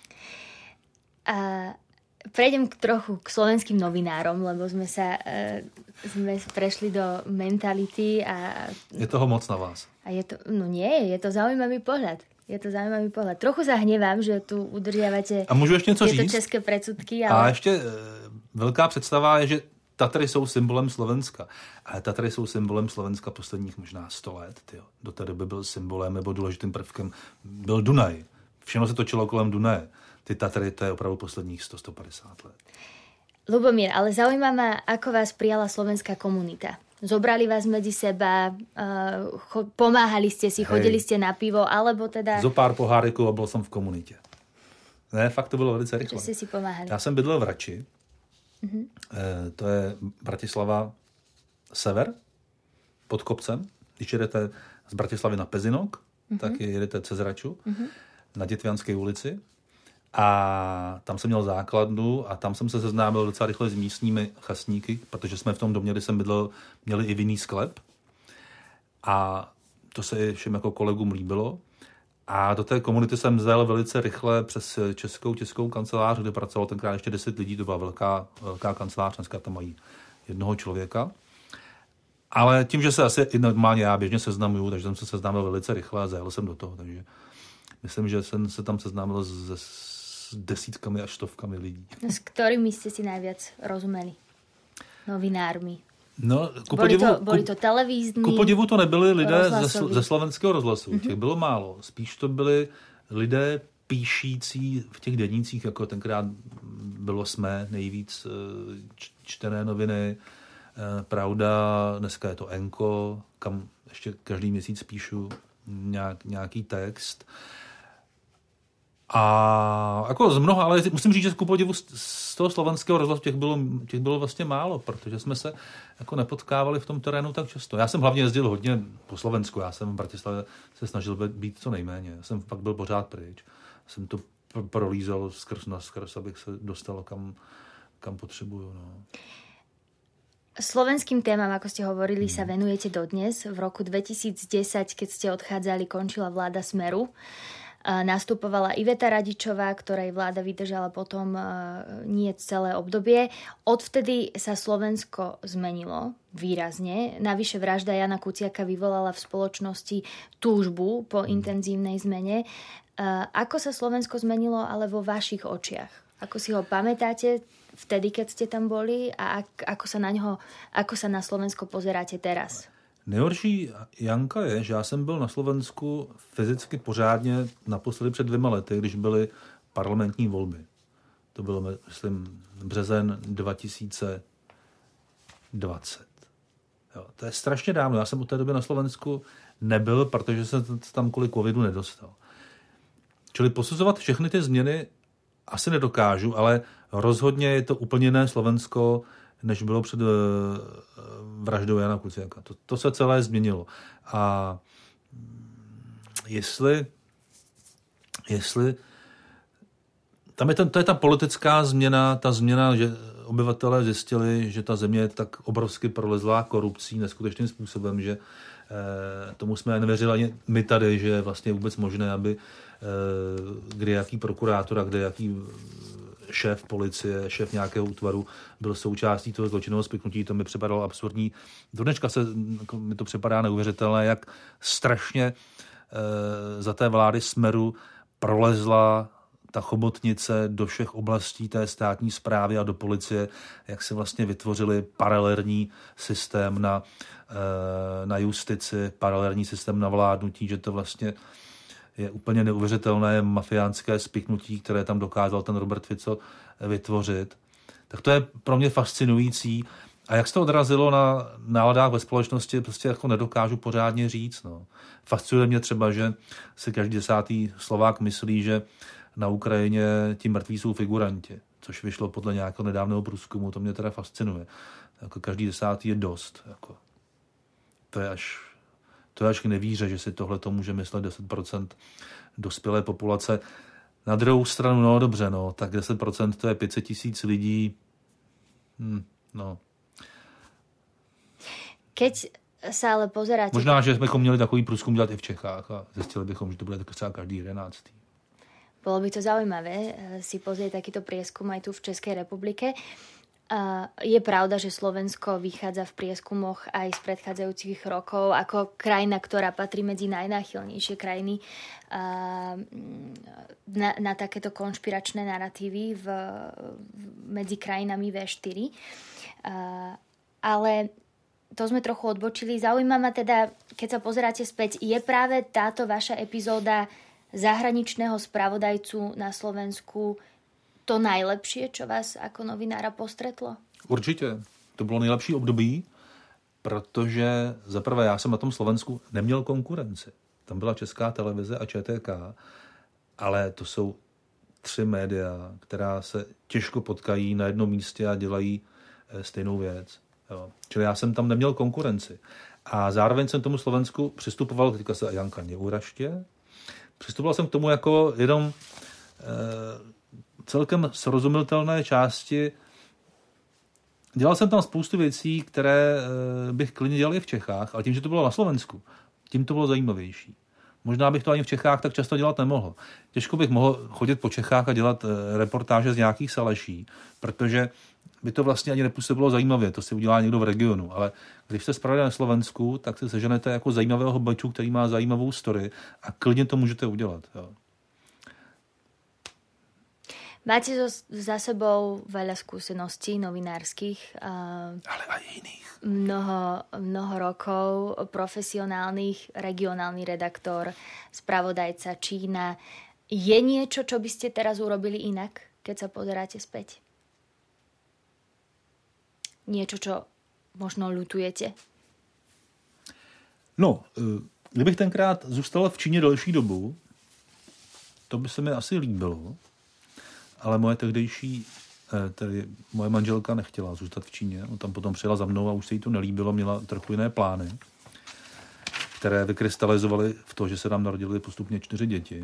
A prejdem k trochu k slovenským novinárom, lebo sme sa e, sme prešli do mentality a... Je toho moc na vás. A je to, no nie, je to zaujímavý pohľad. Je to zaujímavý pohľad. Trochu sa hnevám, že tu udržiavate a můžu ještě něco tieto říct? české predsudky, ale... A ještě e, velká představa je, že Tatry jsou symbolem Slovenska. Ale Tatry jsou symbolem Slovenska posledních možná sto let. Tyjo. Do té doby byl symbolem nebo důležitým prvkem byl Dunaj. Všechno se točilo kolem Dunaje. Ty Tatry, to je opravdu posledních sto až sto padesát let. Lubomír, ale zaujíma ma, ako vás prijala slovenská komunita. Zobrali vás medzi seba, uh, cho- pomáhali ste si, Hej. chodili ste na pivo, alebo teda... Zo pár poháriků a byl jsem v komunitě. Ne, fakt to bylo velice rychle. Že ste si pomáhali. Já jsem bydlel v Rači. Mm-hmm. E, to je Bratislava sever, pod kopcem. Když jedete z Bratislavy na Pezinok, mm-hmm. tak jedete přes Raču, mm-hmm. na Dětvianské ulici. A tam jsem měl základnu a tam jsem se seznámil docela rychle s místními chasníky, protože jsme v tom domě, kde jsem bydlel, měli i vinný sklep. A to se i všem jako kolegům líbilo. A do té komunity jsem zel velice rychle přes českou tiskovou kancelář, kde pracovalo tenkrát ještě deset lidí, to byla velká, velká kancelář, dneska tam mají jednoho člověka. A Ale tím, že se asi i normálně já běžně seznamuju, takže jsem se seznámil velice rychle a zajel jsem do toho. Takže myslím, že jsem se tam seznámil se s desítkami až stovkami lidí. S kterými jste si najviac rozumeli? Novinármi. No, ku boli, podivu, to, boli to televízní? Ku podivu to nebyli lidé ze, ze slovenského rozhlasu. Mm-hmm. Těch bylo málo. Spíš to byli lidé píšící v těch denících, jako tenkrát bylo Sme nejvíc čtené noviny, Pravda, dneska je to Enko, kam ještě každý měsíc píšu nějak, nějaký text. A jako z mnoha, ale musím říct, že ku podivu z toho slovenského rozhlasu těch bylo, těch bylo vlastně málo, protože jsme se jako nepotkávali v tom terénu tak často. Já jsem hlavně jezdil hodně po Slovensku, já jsem v Bratislavě se snažil být co nejméně. Já jsem pak byl pořád pryč. Jsem to prolízal skrz na skrz, abych se dostal kam, kam potřebuju. No. Slovenským témam, ako ste hovorili, sa venujete dodnes. V roku dvetisícdesať, keď ste odchádzali, končila vláda Smeru. Nastupovala Iveta Radičová, ktorej vláda vydržala potom nie celé obdobie. Odvtedy sa Slovensko zmenilo výrazne. Navyše vražda Jana Kuciaka vyvolala v spoločnosti túžbu po intenzívnej zmene. Ako sa Slovensko zmenilo, ale vo vašich očiach? Ako si ho pamätáte vtedy, keď ste tam boli a ak, ako sa na něho, ako sa na Slovensko pozeráte teraz? Nejhorší, Janka, je, že já jsem byl na Slovensku fyzicky pořádně naposledy před dvěma lety, když byly parlamentní volby. To bylo, myslím, březen dva tisíce dvacet. Jo, to je strašně dávno. Já jsem od té doby na Slovensku nebyl, protože jsem tam kvůli covidu nedostal. Čili posuzovat všechny ty změny asi nedokážu, ale rozhodně je to úplně jiné Slovensko, než bylo před vraždou Jana Kuciaka. To, to se celé změnilo. A jestli, jestli tam je, ten, to je ta politická změna, ta změna, že obyvatelé zjistili, že ta země je tak obrovsky prolezlá korupcí neskutečným způsobem, že eh, tomu jsme nevěřili ani my tady, že je vlastně vůbec možné, aby eh, kde jaký prokurátor a kde jaký šéf policie, šéf nějakého útvaru byl součástí toho zločinného spiknutí, to mi připadalo absurdní. Do dneška se mi to připadá neuvěřitelné, jak strašně e, za té vlády Smeru prolezla ta chobotnice do všech oblastí té státní správy a do policie, jak se vlastně vytvořili paralelní systém na, e, na justici, paralelní systém na vládnutí, že to vlastně je úplně neuvěřitelné mafiánské spiknutí, které tam dokázal ten Robert Fico vytvořit. Tak to je pro mě fascinující. A jak se to odrazilo na náladách ve společnosti, prostě jako nedokážu pořádně říct. No. Fascinuje mě třeba, že si každý desátý Slovák myslí, že na Ukrajině ti mrtví jsou figuranti, což vyšlo podle nějakého nedávného průzkumu. To mě teda fascinuje. Jako každý desátý je dost. Jako. To je až... To je až k nevíře, že si tohle to může myslet deset procent dospělé populace. Na druhou stranu, no dobře, no, tak deset procent to je pět set tisíc lidí. Hm, no. Keď se ale pozeráte... Možná, že bychom měli takový průzkum dělat i v Čechách a zjistili bychom, že to bude tak třeba každý jedenáctý. Bolo by to zaujímavé si pozrieť takýto prieskum aj tu v Českej republike. Je pravda, že Slovensko vychádza v prieskumoch aj z predchádzajúcich rokov ako krajina, ktorá patrí medzi najnáchylnejšie krajiny na, na takéto konšpiračné narratívy v, medzi krajinami vé štyri. Ale to sme trochu odbočili. Zaujíma ma teda, keď sa pozeráte späť, je práve táto vaša epizóda zahraničného spravodajcu na Slovensku to najlepšie, čo vás jako novinára postretlo? Určitě. To bylo nejlepší období, protože zaprvé já jsem na tom Slovensku neměl konkurenci. Tam byla Česká televize a Č T K, ale to jsou tři média, která se těžko potkají na jednom místě a dělají stejnou věc. Jo. Čili já jsem tam neměl konkurenci. A zároveň jsem tomu Slovensku přistupoval, teďka se Janka neuraště, přistupoval jsem k tomu jako jenom eh, celkem srozumitelné části. Dělal jsem tam spoustu věcí, které bych klidně dělal i v Čechách, ale tím, že to bylo na Slovensku, tím to bylo zajímavější. Možná bych to ani v Čechách tak často dělat nemohl. Těžko bych mohl chodit po Čechách a dělat reportáže z nějakých Saleší, protože by to vlastně ani nepůsobilo zajímavě, to si udělá někdo v regionu, ale když jste zpravodaj na Slovensku, tak se seženete jako zajímavého baču, který má zajímavou story a klidně to můžete udělat. Jo. Máte za sebou veľa skúseností novinárskych. Ale aj iných. Mnoho, mnoho rokov, profesionálnych, regionálny redaktor, spravodajca Čína. Je niečo, čo by ste teraz urobili inak, keď sa pozeráte späť? Niečo, čo možno ľutujete? No, kdybych tenkrát zůstal v Číně delší dobu, to by se mi asi líbilo, ale moje tehdejší, tedy moje manželka nechtěla zůstat v Číně. On tam potom přijela za mnou a už se jí to nelíbilo, měla trochu jiné plány, které vykrystalizovaly v to, že se nám narodily postupně čtyři děti.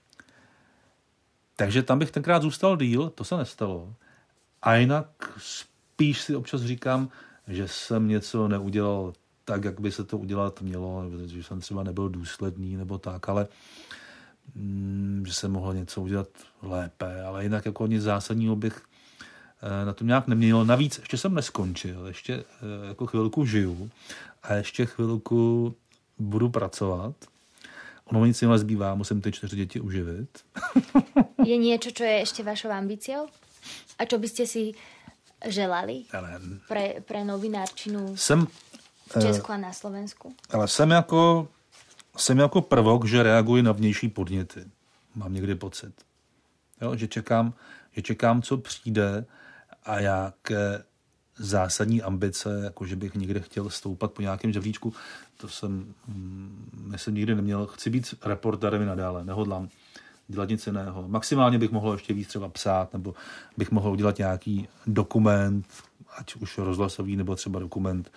Takže tam bych tenkrát zůstal díl, to se nestalo. A jinak spíš si občas říkám, že jsem něco neudělal tak, jak by se to udělat mělo, že jsem třeba nebyl důsledný nebo tak, ale mm, že jsem mohl něco udělat lépe, ale jinak jako nic zásadního bych na tom nějak neměl. Navíc ještě jsem neskončil, ještě jako chvilku žiju a ještě chvilku budu pracovat. Ono nic jiného nezbývá, musím ty čtyři děti uživit. Je niečo, čo je ešte vašou ambíciou? A čo by ste si želali pre, pre novinárčinu jsem, v Česku a na Slovensku? Ale jsem jako, jsem jako prvok, že reaguji na vnější podněty. Mám někdy pocit. Jo, že, čekám, že čekám, co přijde a jaké zásadní ambice, jako že bych někde chtěl stoupat po nějakém žebříčku, to jsem, myslím, nikdy neměl. Chci být reportérem nadále, nehodlám dělat nic jiného. Maximálně bych mohl ještě víc třeba psát, nebo bych mohl udělat nějaký dokument, ať už rozhlasový, nebo třeba dokument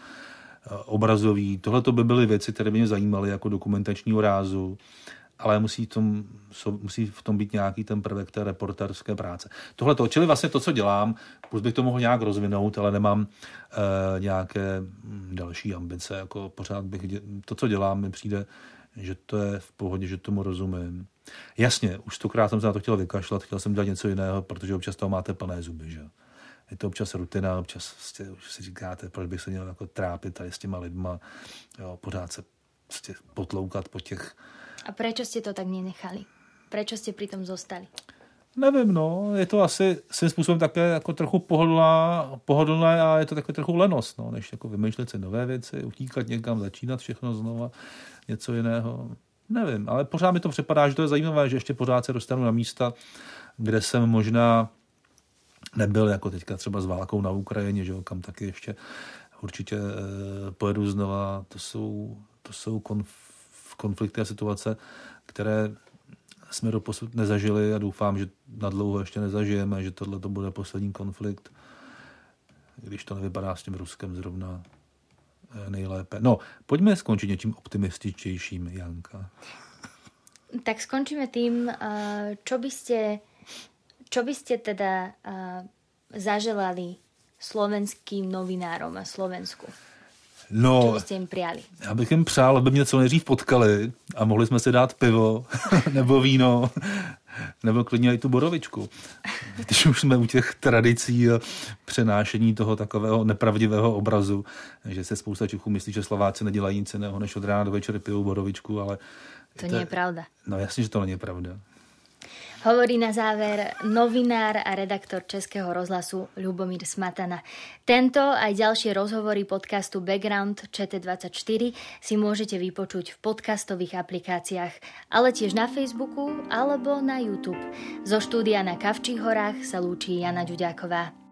obrazový. Tohle to by byly věci, které by mě zajímaly jako dokumentačního rázu, ale musí v tom, musí v tom být nějaký ten prvek té reportérské práce. Tohle to, čili vlastně to, co dělám, plus bych to mohl nějak rozvinout, ale nemám e, nějaké další ambice. Jako pořád bych, to, co dělám, mi přijde, že to je v pohodě, že tomu rozumím. Jasně, už stokrát jsem se na to chtěl vykašlat, chtěl jsem dělat něco jiného, protože občas toho máte plné zuby, že? Je to občas rutina, občas prostě, už si říkáte, proč bych se měl jako trápit tady s těma lidma, jo, pořád se prostě potloukat po těch. A prečo ste to tak nenechali? Prečo ste pri tom zostali? Nevím, no, je to asi svým způsobem také jako trochu pohodlná, pohodlné a je to takové trochu lenost, no, než jako vymýšlet si nové věci, utíkat někam, začínat všechno znova, něco jiného. Nevím, ale pořád mi to připadá, že to je zajímavé, že ještě pořád se dostanu na místa, kde jsem možná nebyl, jako teďka třeba s válkou na Ukrajině, že jo, kam taky ještě určitě eh, pojedu znova. To jsou, to jsou konf- konflikty a situace, které jsme doposud nezažili a doufám, že nadlouho ještě nezažijeme, že tohle to bude poslední konflikt, když to nevypadá s tím Ruskem zrovna nejlépe. No, pojďme skončit něčím optimističtějším, Janka. Tak skončíme tým, čo by ste, čo by ste teda zaželali slovenským novinárom a Slovensku? No, čo by ste im prijali? Já bych jim přál, aby mě co nejdřív potkali a mohli jsme si dát pivo nebo víno nebo klidně i tu borovičku. Když už jsme u těch tradicí a přenášení toho takového nepravdivého obrazu, že se spousta Čechů myslí, že Slováci nedělají nic jiného, než od rána do večera pijou borovičku, ale to, to nie je pravda. No jasně, že to není pravda. Hovorí na záver novinár a redaktor Českého rozhlasu Ľubomír Smatana. Tento aj ďalšie rozhovory podcastu Background Č T dvadsaťštyri si môžete vypočuť v podcastových aplikáciách, ale tiež na Facebooku alebo na YouTube. Zo štúdia na Kavčích horách sa lúči Jana Ďuďáková.